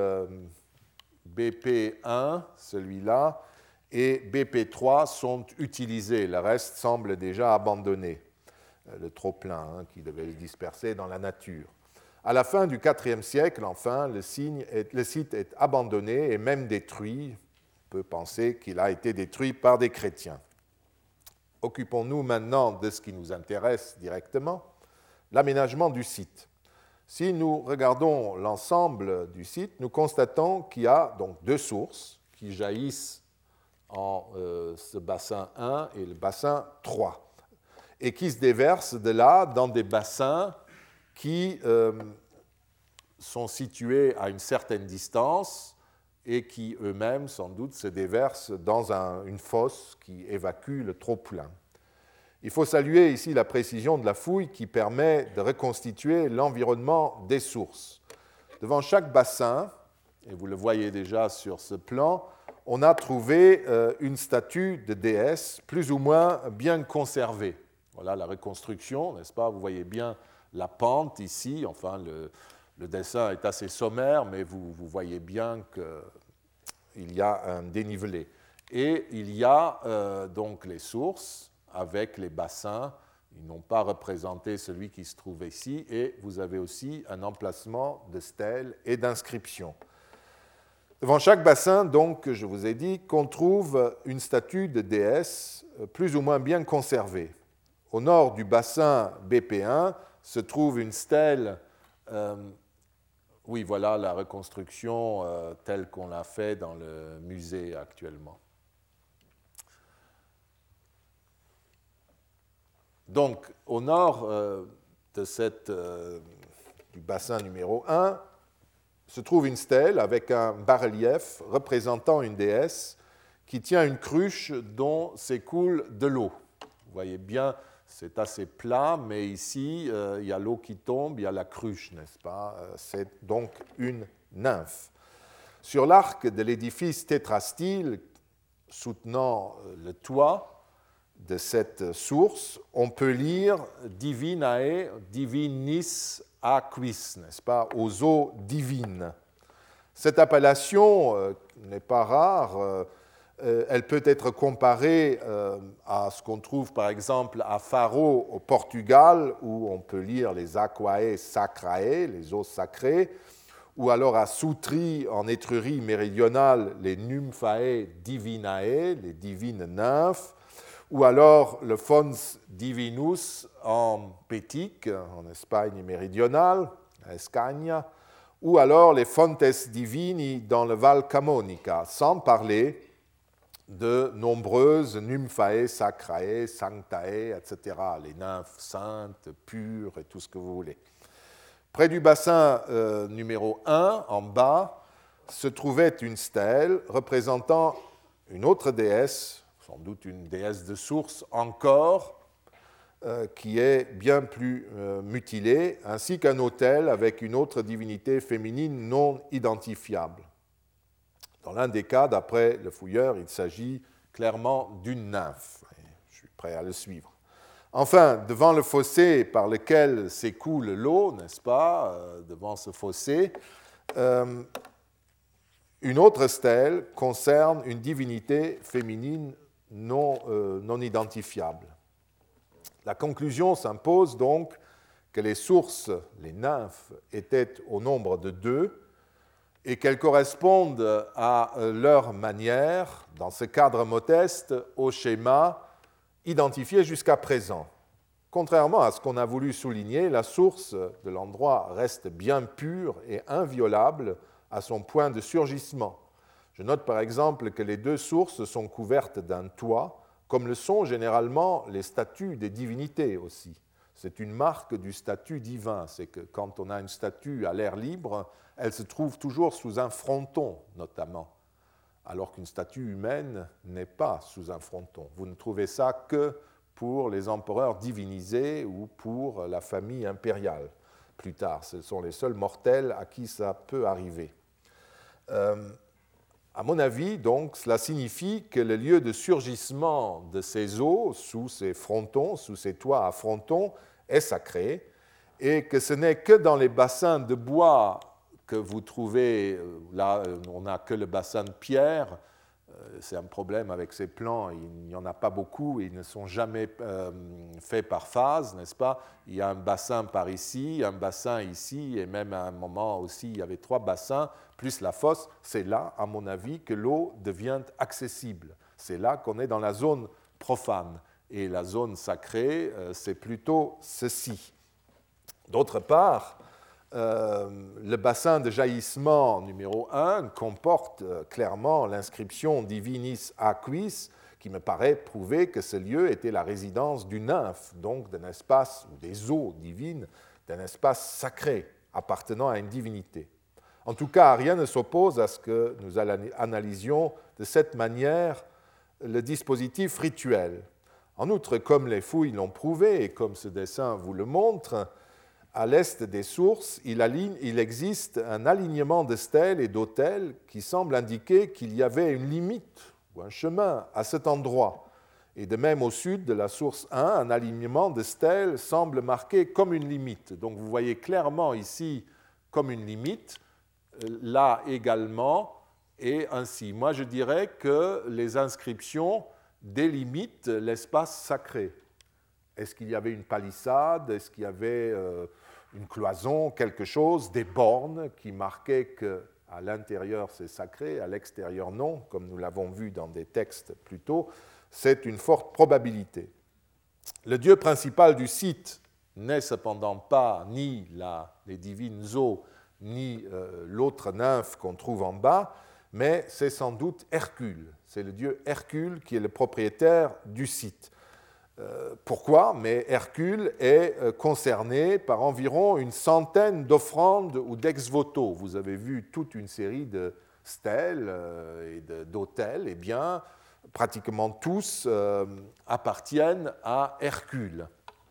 BP1, celui-là, et BP3 sont utilisés. Le reste semble déjà abandonné, le trop-plein qui devait se disperser dans la nature. À la fin du IVe siècle, enfin, le site est abandonné et même détruit. On peut penser qu'il a été détruit par des chrétiens. Occupons-nous maintenant de ce qui nous intéresse directement, l'aménagement du site. Si nous regardons l'ensemble du site, nous constatons qu'il y a donc deux sources qui jaillissent en ce bassin 1 et le bassin 3, et qui se déversent de là dans des bassins qui sont situés à une certaine distance et qui eux-mêmes, sans doute, se déversent dans une fosse qui évacue le trop-plein. Il faut saluer ici la précision de la fouille qui permet de reconstituer l'environnement des sources. Devant chaque bassin, et vous le voyez déjà sur ce plan, on a trouvé une statue de déesse plus ou moins bien conservée. Voilà la reconstruction, n'est-ce pas? Vous voyez bien la pente ici, enfin le dessin est assez sommaire, mais vous voyez bien qu'il y a un dénivelé. Et il y a donc les sources avec les bassins, ils n'ont pas représenté celui qui se trouve ici, et vous avez aussi un emplacement de stèles et d'inscriptions. Devant chaque bassin, donc, je vous ai dit, qu'on trouve une statue de déesse plus ou moins bien conservée. Au nord du bassin BP1 se trouve une stèle, oui, voilà la reconstruction telle qu'on l'a fait dans le musée actuellement. Donc, au nord du bassin numéro 1, se trouve une stèle avec un bas-relief représentant une déesse qui tient une cruche dont s'écoule de l'eau. Vous voyez bien, c'est assez plat, mais ici, il y a l'eau qui tombe, il y a la cruche, n'est-ce pas? C'est donc une nymphe. Sur l'arc de l'édifice tétrastyle soutenant le toit de cette source, on peut lire Divinae, Divinis aquis, n'est-ce pas, aux eaux divines. Cette appellation n'est pas rare. Elle peut être comparée à ce qu'on trouve par exemple à Faro au Portugal, où on peut lire les aquae sacrae, les eaux sacrées, ou alors à Soutri en Étrurie méridionale, les nymphae divinae, les divines nymphes, ou alors le Fons divinus en Pétique, en Espagne méridionale, à Escagna, ou alors les Fontes divini dans le Val Camonica, sans parler de nombreuses nymphae sacrae, sanctae, etc., les nymphes saintes, pures et tout ce que vous voulez. Près du bassin numéro 1, en bas, se trouvait une stèle représentant une autre déesse, sans doute une déesse de source encore, qui est bien plus mutilée, ainsi qu'un autel avec une autre divinité féminine non identifiable. Dans l'un des cas, d'après le fouilleur, il s'agit clairement d'une nymphe. Je suis prêt à le suivre. Enfin, devant le fossé par lequel s'écoule l'eau, n'est-ce pas, devant ce fossé, une autre stèle concerne une divinité féminine non identifiable. La conclusion s'impose donc que les sources, les nymphes, étaient au nombre de 2 et qu'elles correspondent à leur manière, dans ce cadre modeste, au schéma identifié jusqu'à présent. Contrairement à ce qu'on a voulu souligner, la source de l'endroit reste bien pure et inviolable à son point de surgissement. Je note par exemple que les 2 sources sont couvertes d'un toit, comme le sont généralement les statues des divinités aussi. C'est une marque du statut divin, c'est que quand on a une statue à l'air libre, elle se trouve toujours sous un fronton, notamment, alors qu'une statue humaine n'est pas sous un fronton. Vous ne trouvez ça que pour les empereurs divinisés ou pour la famille impériale. Plus tard, ce sont les seuls mortels à qui ça peut arriver. À mon avis, donc, cela signifie que le lieu de surgissement de ces eaux, sous ces frontons, sous ces toits à frontons, est sacré, et que ce n'est que dans les bassins de bois que vous trouvez, là on n'a que le bassin de pierre, c'est un problème avec ces plans, il n'y en a pas beaucoup, ils ne sont jamais faits par phase, n'est-ce pas? Il y a un bassin par ici, un bassin ici, et même à un moment aussi, il y avait 3 bassins, plus la fosse. C'est là, à mon avis, que l'eau devient accessible. C'est là qu'on est dans la zone profane. Et la zone sacrée, c'est plutôt ceci. D'autre part, le bassin de jaillissement numéro 1 comporte clairement l'inscription Divinis Aquis, qui me paraît prouver que ce lieu était la résidence d'une nymphe, donc d'un espace, ou des eaux divines, d'un espace sacré appartenant à une divinité. En tout cas, rien ne s'oppose à ce que nous analysions de cette manière le dispositif rituel. En outre, comme les fouilles l'ont prouvé et comme ce dessin vous le montre, à l'est des sources, il existe un alignement de stèles et d'autels qui semble indiquer qu'il y avait une limite ou un chemin à cet endroit. Et de même au sud de la source 1, un alignement de stèles semble marqué comme une limite. Donc vous voyez clairement ici comme une limite, là également, et ainsi. Moi je dirais que les inscriptions délimitent l'espace sacré. Est-ce qu'il y avait une palissade? Est-ce qu'il y avait une cloison, quelque chose, des bornes qui marquaient qu'à l'intérieur c'est sacré, à l'extérieur non, comme nous l'avons vu dans des textes plus tôt? C'est une forte probabilité. Le dieu principal du site n'est cependant pas ni les divines eaux, ni l'autre nymphe qu'on trouve en bas, mais c'est sans doute Hercule. C'est le dieu Hercule qui est le propriétaire du site. Pourquoi? Mais Hercule est concerné par environ une centaine d'offrandes ou d'ex-voto. Vous avez vu toute une série de stèles et d'autels. Eh bien, pratiquement tous appartiennent à Hercule.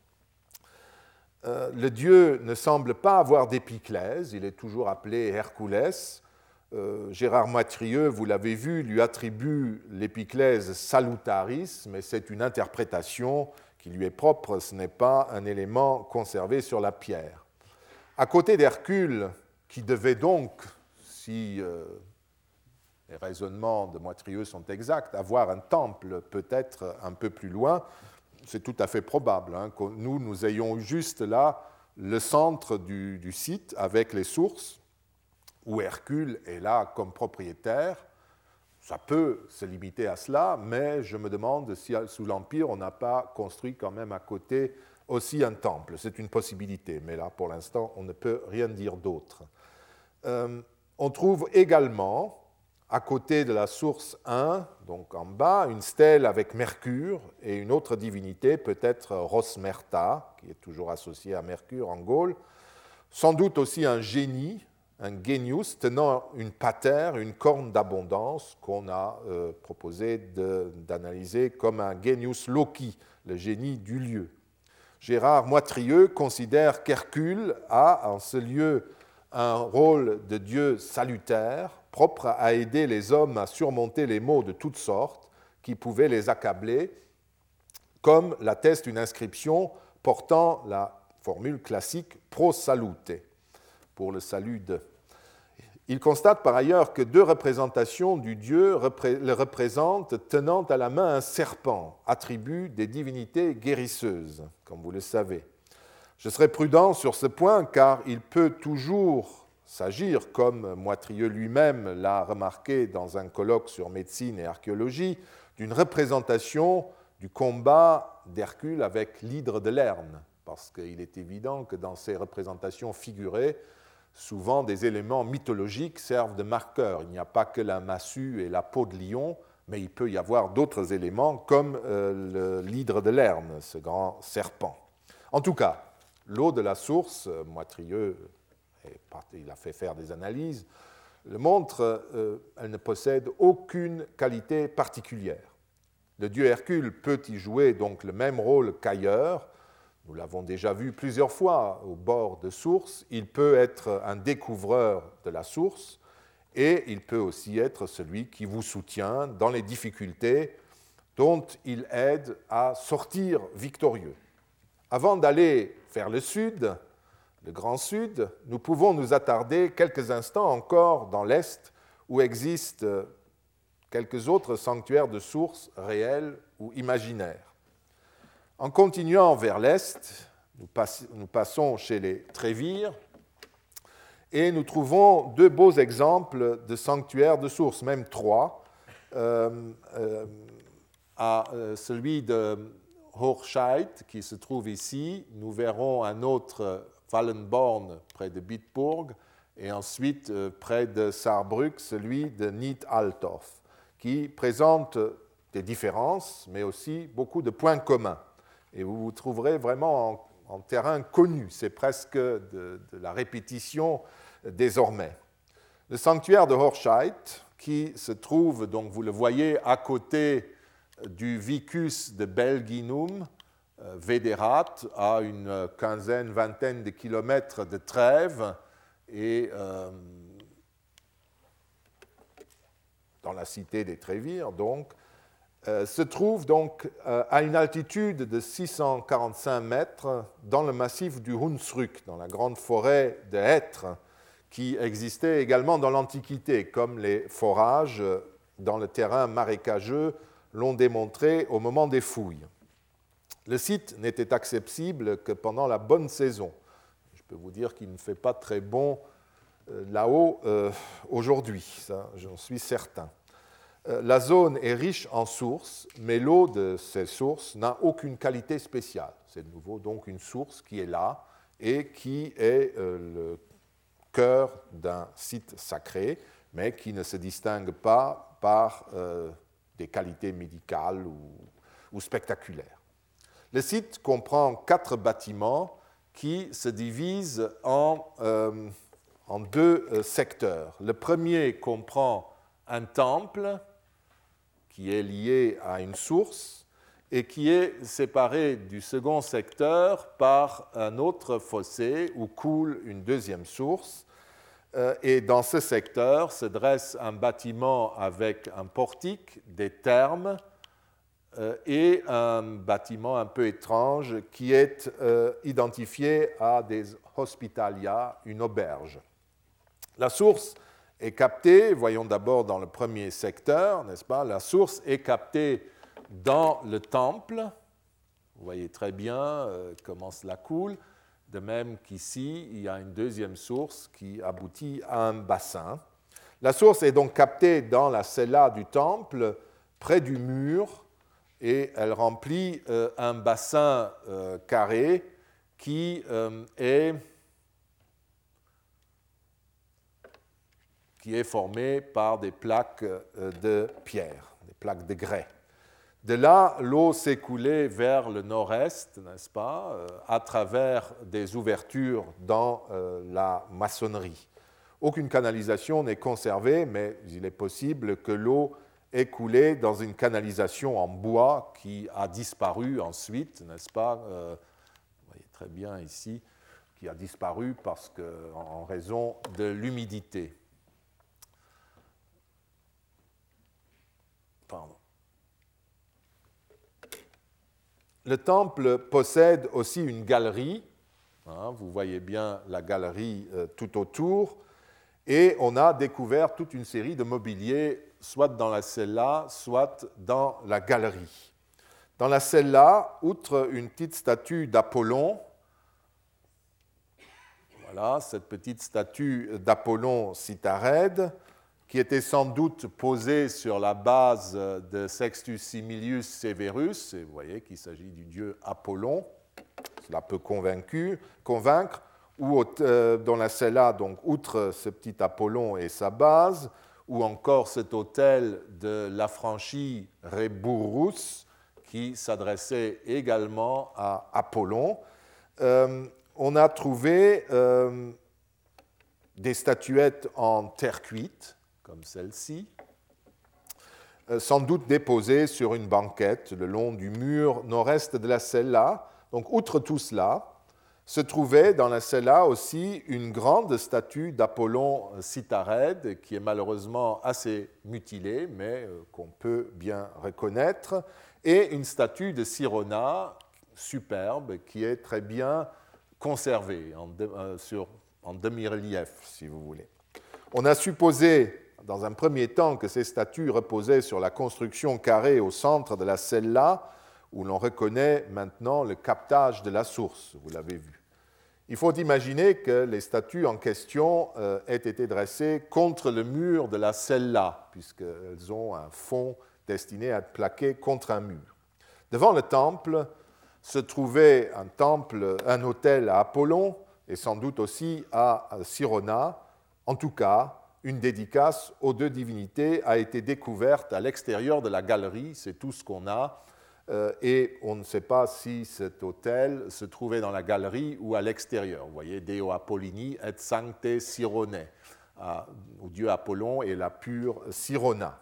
Le dieu ne semble pas avoir d'épiclèse, il est toujours appelé Hercules. Gérard Matrieux, vous l'avez vu, lui attribue l'épiclèse salutaris, mais c'est une interprétation qui lui est propre, ce n'est pas un élément conservé sur la pierre. À côté d'Hercule, qui devait donc, si les raisonnements de Moitrieux sont exacts, avoir un temple peut-être un peu plus loin, c'est tout à fait probable que nous ayons juste là le centre du site avec les sources, où Hercule est là comme propriétaire. Ça peut se limiter à cela, mais je me demande si sous l'Empire, on n'a pas construit quand même à côté aussi un temple. C'est une possibilité, mais là, pour l'instant, on ne peut rien dire d'autre. On trouve également, à côté de la source 1, donc en bas, une stèle avec Mercure et une autre divinité, peut-être Rosmerta, qui est toujours associée à Mercure en Gaule, sans doute aussi un génie, un genius, tenant une patère, une corne d'abondance qu'on a proposé d'analyser comme un genius loci, le génie du lieu. Gérard Moitrieux considère qu'Hercule a en ce lieu un rôle de dieu salutaire, propre à aider les hommes à surmonter les maux de toutes sortes qui pouvaient les accabler, comme l'atteste une inscription portant la formule classique pro salute, pour le salut de. Il constate par ailleurs que 2 représentations du dieu le représentent tenant à la main un serpent, attribut des divinités guérisseuses, comme vous le savez. Je serai prudent sur ce point car il peut toujours s'agir, comme Moitrieux lui-même l'a remarqué dans un colloque sur médecine et archéologie, d'une représentation du combat d'Hercule avec l'hydre de Lerne, parce qu'il est évident que dans ces représentations figurées, souvent des éléments mythologiques servent de marqueurs. Il n'y a pas que la massue et la peau de lion, mais il peut y avoir d'autres éléments comme l'hydre de Lerne, ce grand serpent. En tout cas, l'eau de la source, Moitrieux, il a fait faire des analyses, le montre, elle ne possède aucune qualité particulière. Le dieu Hercule peut y jouer donc le même rôle qu'ailleurs. Nous l'avons déjà vu plusieurs fois au bord de sources. Il peut être un découvreur de la source et il peut aussi être celui qui vous soutient dans les difficultés dont il aide à sortir victorieux. Avant d'aller vers le sud, le Grand Sud, nous pouvons nous attarder quelques instants encore dans l'Est où existent quelques autres sanctuaires de sources réels ou imaginaires. En continuant vers l'Est, nous passons chez les Trévires et nous trouvons 2 beaux exemples de sanctuaires de sources, même 3, à celui de Horscheid, qui se trouve ici. Nous verrons un autre Wallenborn près de Bitburg et ensuite près de Saarbrück, celui de Nied-Altdorf, qui présente des différences, mais aussi beaucoup de points communs. Et vous vous trouverez vraiment en terrain connu, c'est presque de la répétition désormais. Le sanctuaire de Horscheid, qui se trouve, donc vous le voyez, à côté du Vicus de Belginum, Védérat, à une quinzaine, vingtaine de kilomètres de Trèves, et dans la cité des Trévires, donc, se trouve donc à une altitude de 645 mètres dans le massif du Hunsrück, dans la grande forêt de hêtres, qui existait également dans l'Antiquité, comme les forages dans le terrain marécageux l'ont démontré au moment des fouilles. Le site n'était accessible que pendant la bonne saison. Je peux vous dire qu'il ne fait pas très bon là-haut aujourd'hui, ça j'en suis certain. La zone est riche en sources, mais l'eau de ces sources n'a aucune qualité spéciale. C'est de nouveau donc une source qui est là et qui est le cœur d'un site sacré, mais qui ne se distingue pas par des qualités médicales ou spectaculaires. Le site comprend 4 bâtiments qui se divisent en 2 secteurs. Le premier comprend un temple qui est lié à une source et qui est séparé du second secteur par un autre fossé où coule une deuxième source. Et dans ce secteur se dresse un bâtiment avec un portique, des thermes, et un bâtiment un peu étrange qui est identifié à des hospitalia, une auberge. La source est captée, voyons d'abord dans le premier secteur, n'est-ce pas? La source est captée dans le temple. Vous voyez très bien comment cela coule. De même qu'ici, il y a une deuxième source qui aboutit à un bassin. La source est donc captée dans la cella du temple, près du mur, et elle remplit un bassin carré qui est formé par des plaques de pierre, des plaques de grès. De là, l'eau s'écoulait vers le nord-est, n'est-ce pas, à travers des ouvertures dans la maçonnerie. Aucune canalisation n'est conservée, mais il est possible que l'eau ait coulé dans une canalisation en bois qui a disparu ensuite, n'est-ce pas? Vous voyez très bien ici, qui a disparu en raison de l'humidité. Pardon. Le temple possède aussi une galerie. Vous voyez bien la galerie tout autour. Et on a découvert toute une série de mobiliers, soit dans la cella, soit dans la galerie. Dans la cella, outre une petite statue d'Apollon, voilà, cette petite statue d'Apollon Cytharède, qui était sans doute posée sur la base de Sextus Similius Severus, et vous voyez qu'il s'agit du dieu Apollon, cela peut convaincre, ou dans la cella, donc, outre ce petit Apollon et sa base, ou encore cet autel de l'affranchi Reburrus, qui s'adressait également à Apollon. On a trouvé des statuettes en terre cuite, comme celle-ci, sans doute déposées sur une banquette le long du mur nord-est de la cella. Donc, outre tout cela, se trouvait dans la cella aussi une grande statue d'Apollon Cytharède, qui est malheureusement assez mutilée, mais qu'on peut bien reconnaître, et une statue de Sirona, superbe, qui est très bien conservée en demi-relief, si vous voulez. On a supposé, dans un premier temps, que ces statues reposaient sur la construction carrée au centre de la cella, où l'on reconnaît maintenant le captage de la source, vous l'avez vu. Il faut imaginer que les statues en question aient été dressées contre le mur de la cella, puisqu'elles ont un fond destiné à être plaqué contre un mur. Devant le temple se trouvait un autel à Apollon, et sans doute aussi à Sirona. En tout cas, une dédicace aux deux divinités a été découverte à l'extérieur de la galerie, c'est tout ce qu'on a, et on ne sait pas si cet autel se trouvait dans la galerie ou à l'extérieur. Vous voyez, Deo Apollini et Sancte Sirone, au dieu Apollon et la pure Sirona.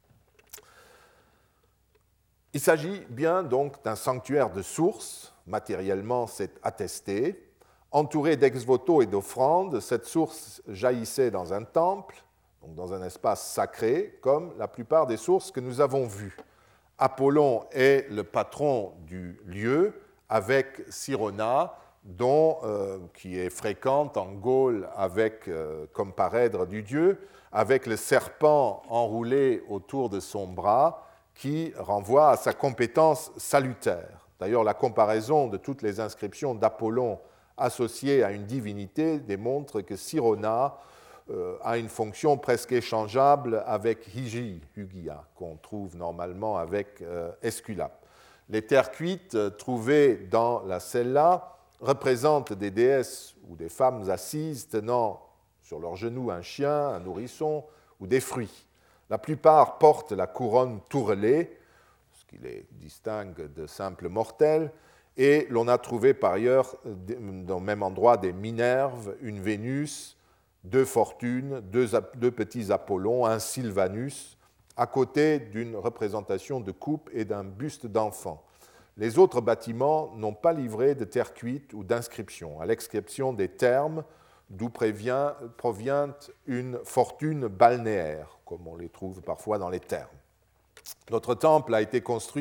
Il s'agit bien donc d'un sanctuaire de source, matériellement c'est attesté. Entourée d'ex-voto et d'offrandes, cette source jaillissait dans un temple, donc dans un espace sacré, comme la plupart des sources que nous avons vues. Apollon est le patron du lieu, avec Sirona, qui est fréquente en Gaule comme parèdre du dieu, avec le serpent enroulé autour de son bras, qui renvoie à sa compétence salutaire. D'ailleurs, la comparaison de toutes les inscriptions d'Apollon associées à une divinité démontre que Sirona a une fonction presque échangeable avec Hygia, qu'on trouve normalement avec Esculape. Les terres cuites trouvées dans la cella représentent des déesses ou des femmes assises tenant sur leurs genoux un chien, un nourrisson ou des fruits. La plupart portent la couronne tourelée, ce qui les distingue de simples mortels, et l'on a trouvé par ailleurs, dans le même endroit, des Minerves, une Vénus, deux Fortunes, deux petits Apollons, un Sylvanus, à côté d'une représentation de coupe et d'un buste d'enfant. Les autres bâtiments n'ont pas livré de terre cuite ou d'inscription, à l'exception des thermes, d'où provient une fortune balnéaire, comme on les trouve parfois dans les thermes. Notre temple a été construit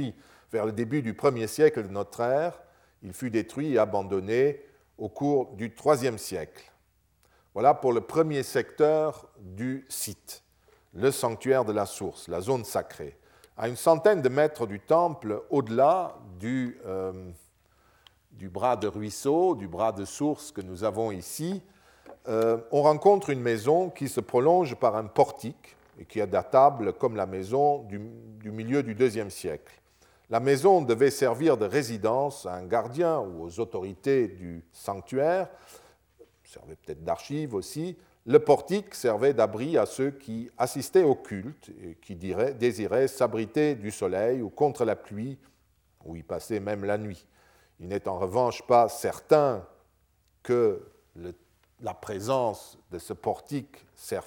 vers le début du 1er siècle de notre ère. Il fut détruit et abandonné au cours du IIIe siècle. Voilà pour le premier secteur du site, le sanctuaire de la source, la zone sacrée. À une centaine de mètres du temple, au-delà du bras de ruisseau, du bras de source que nous avons ici, on rencontre une maison qui se prolonge par un portique et qui est datable comme la maison du milieu du IIe siècle. La maison devait servir de résidence à un gardien ou aux autorités du sanctuaire, servait peut-être d'archives aussi. Le portique servait d'abri à ceux qui assistaient au culte et qui désiraient s'abriter du soleil ou contre la pluie, ou y passaient même la nuit. Il n'est en revanche pas certain que la présence de ce portique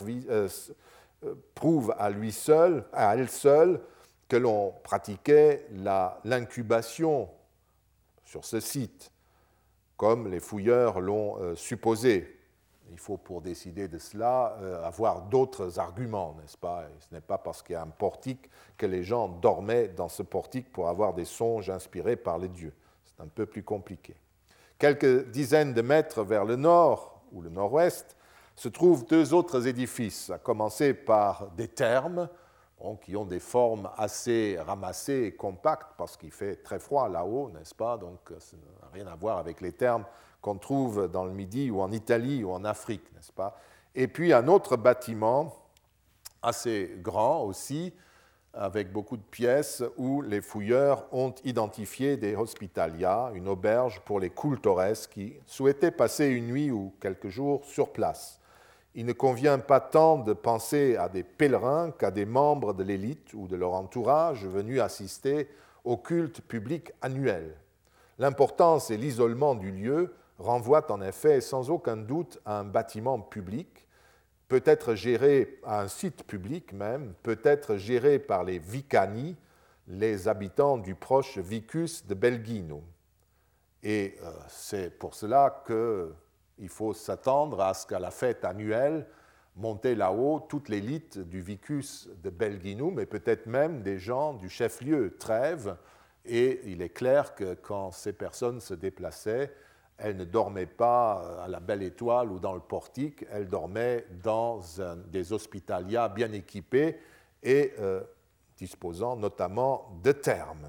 prouve à elle seule, que l'on pratiquait l'incubation sur ce site, comme les fouilleurs l'ont supposé. Il faut, pour décider de cela, avoir d'autres arguments, n'est-ce pas? Et ce n'est pas parce qu'il y a un portique que les gens dormaient dans ce portique pour avoir des songes inspirés par les dieux. C'est un peu plus compliqué. Quelques dizaines de mètres vers le nord ou le nord-ouest se trouvent deux autres édifices, à commencer par des thermes, qui ont des formes assez ramassées et compactes, parce qu'il fait très froid là-haut, n'est-ce pas? Donc ça n'a rien à voir avec les thermes qu'on trouve dans le Midi ou en Italie ou en Afrique, n'est-ce pas? Et puis un autre bâtiment assez grand aussi, avec beaucoup de pièces, où les fouilleurs ont identifié des hospitalia, une auberge pour les cultores qui souhaitaient passer une nuit ou quelques jours sur place. Il ne convient pas tant de penser à des pèlerins qu'à des membres de l'élite ou de leur entourage venus assister au culte public annuel. L'importance et l'isolement du lieu renvoient en effet sans aucun doute à un bâtiment public, peut-être géré à un site public même, peut-être géré par les vicani, les habitants du proche vicus de Belgino. Et c'est pour cela qu'il faut s'attendre à ce qu'à la fête annuelle, monter là-haut toute l'élite du vicus de Belgino, mais peut-être même des gens du chef-lieu Trèves. Et il est clair que quand ces personnes se déplaçaient, elles ne dormaient pas à la Belle Étoile ou dans le portique, elles dormaient dans des hospitalias bien équipés et disposant notamment de thermes.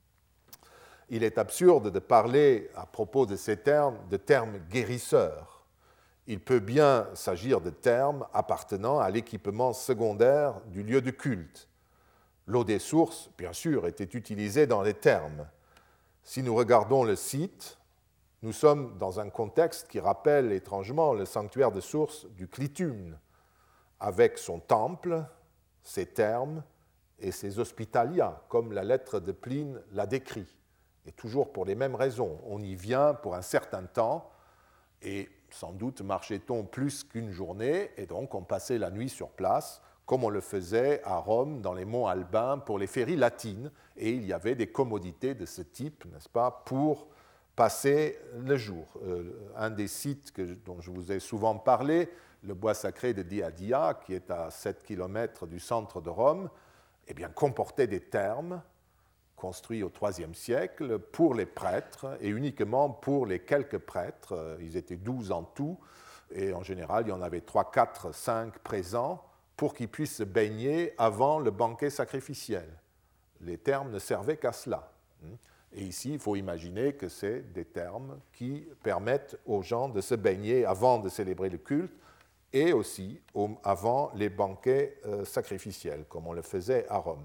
Il est absurde de parler à propos de ces termes de termes guérisseurs. Il peut bien s'agir de termes appartenant à l'équipement secondaire du lieu de culte. L'eau des sources, bien sûr, était utilisée dans les thermes. Si nous regardons le site, nous sommes dans un contexte qui rappelle étrangement le sanctuaire de sources du Clitumne, avec son temple, ses thermes et ses hospitalia, comme la lettre de Pline l'a décrit. Et toujours pour les mêmes raisons. On y vient pour un certain temps, et sans doute marchait-on plus qu'une journée, et donc on passait la nuit sur place, comme on le faisait à Rome, dans les monts Alpins, pour les féeries latines, et il y avait des commodités de ce type, n'est-ce pas, pour passer le jour. Un des sites dont je vous ai souvent parlé, le bois sacré de Diadia, qui est à 7 km du centre de Rome, eh bien, comportait des thermes construits au IIIe siècle pour les prêtres et uniquement pour les quelques prêtres. Ils étaient 12 en tout et en général, il y en avait 3, 4, 5 présents pour qu'ils puissent se baigner avant le banquet sacrificiel. Les thermes ne servaient qu'à cela. Et ici, il faut imaginer que c'est des thermes qui permettent aux gens de se baigner avant de célébrer le culte et aussi avant les banquets sacrificiels, comme on le faisait à Rome.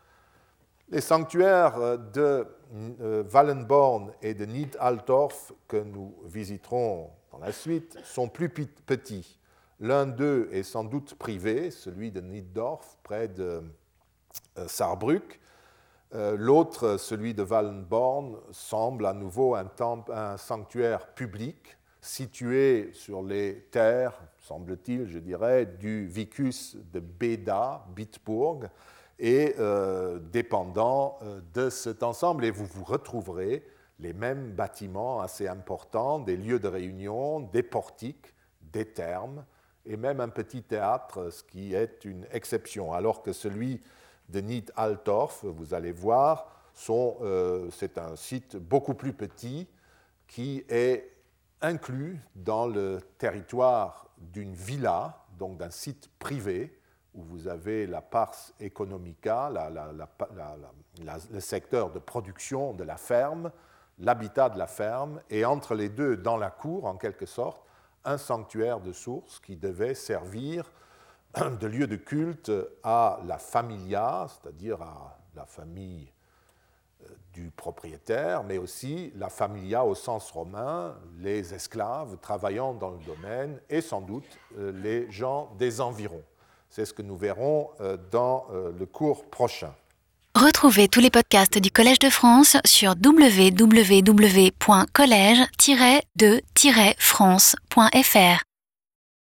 Les sanctuaires de Wallenborn et de Nied-Altorf, que nous visiterons dans la suite, sont plus petits. L'un d'eux est sans doute privé, celui de Niddorf, près de Saarbrück. L'autre, celui de Wallenborn, semble à nouveau un sanctuaire public situé sur les terres, semble-t-il, je dirais, du vicus de Beda, Bitburg, et dépendant de cet ensemble. Et vous retrouverez les mêmes bâtiments assez importants, des lieux de réunion, des portiques, des thermes, et même un petit théâtre, ce qui est une exception, alors que celui de Nied-Altorf, vous allez voir, c'est un site beaucoup plus petit qui est inclus dans le territoire d'une villa, donc d'un site privé, où vous avez la pars economica, le secteur de production de la ferme, l'habitat de la ferme, et entre les deux, dans la cour, en quelque sorte, un sanctuaire de sources qui devait servir de lieu de culte à la familia, c'est-à-dire à la famille du propriétaire, mais aussi la familia au sens romain, les esclaves travaillant dans le domaine et sans doute les gens des environs. C'est ce que nous verrons dans le cours prochain. Retrouvez tous les podcasts du Collège de France sur www.collège-de-france.fr.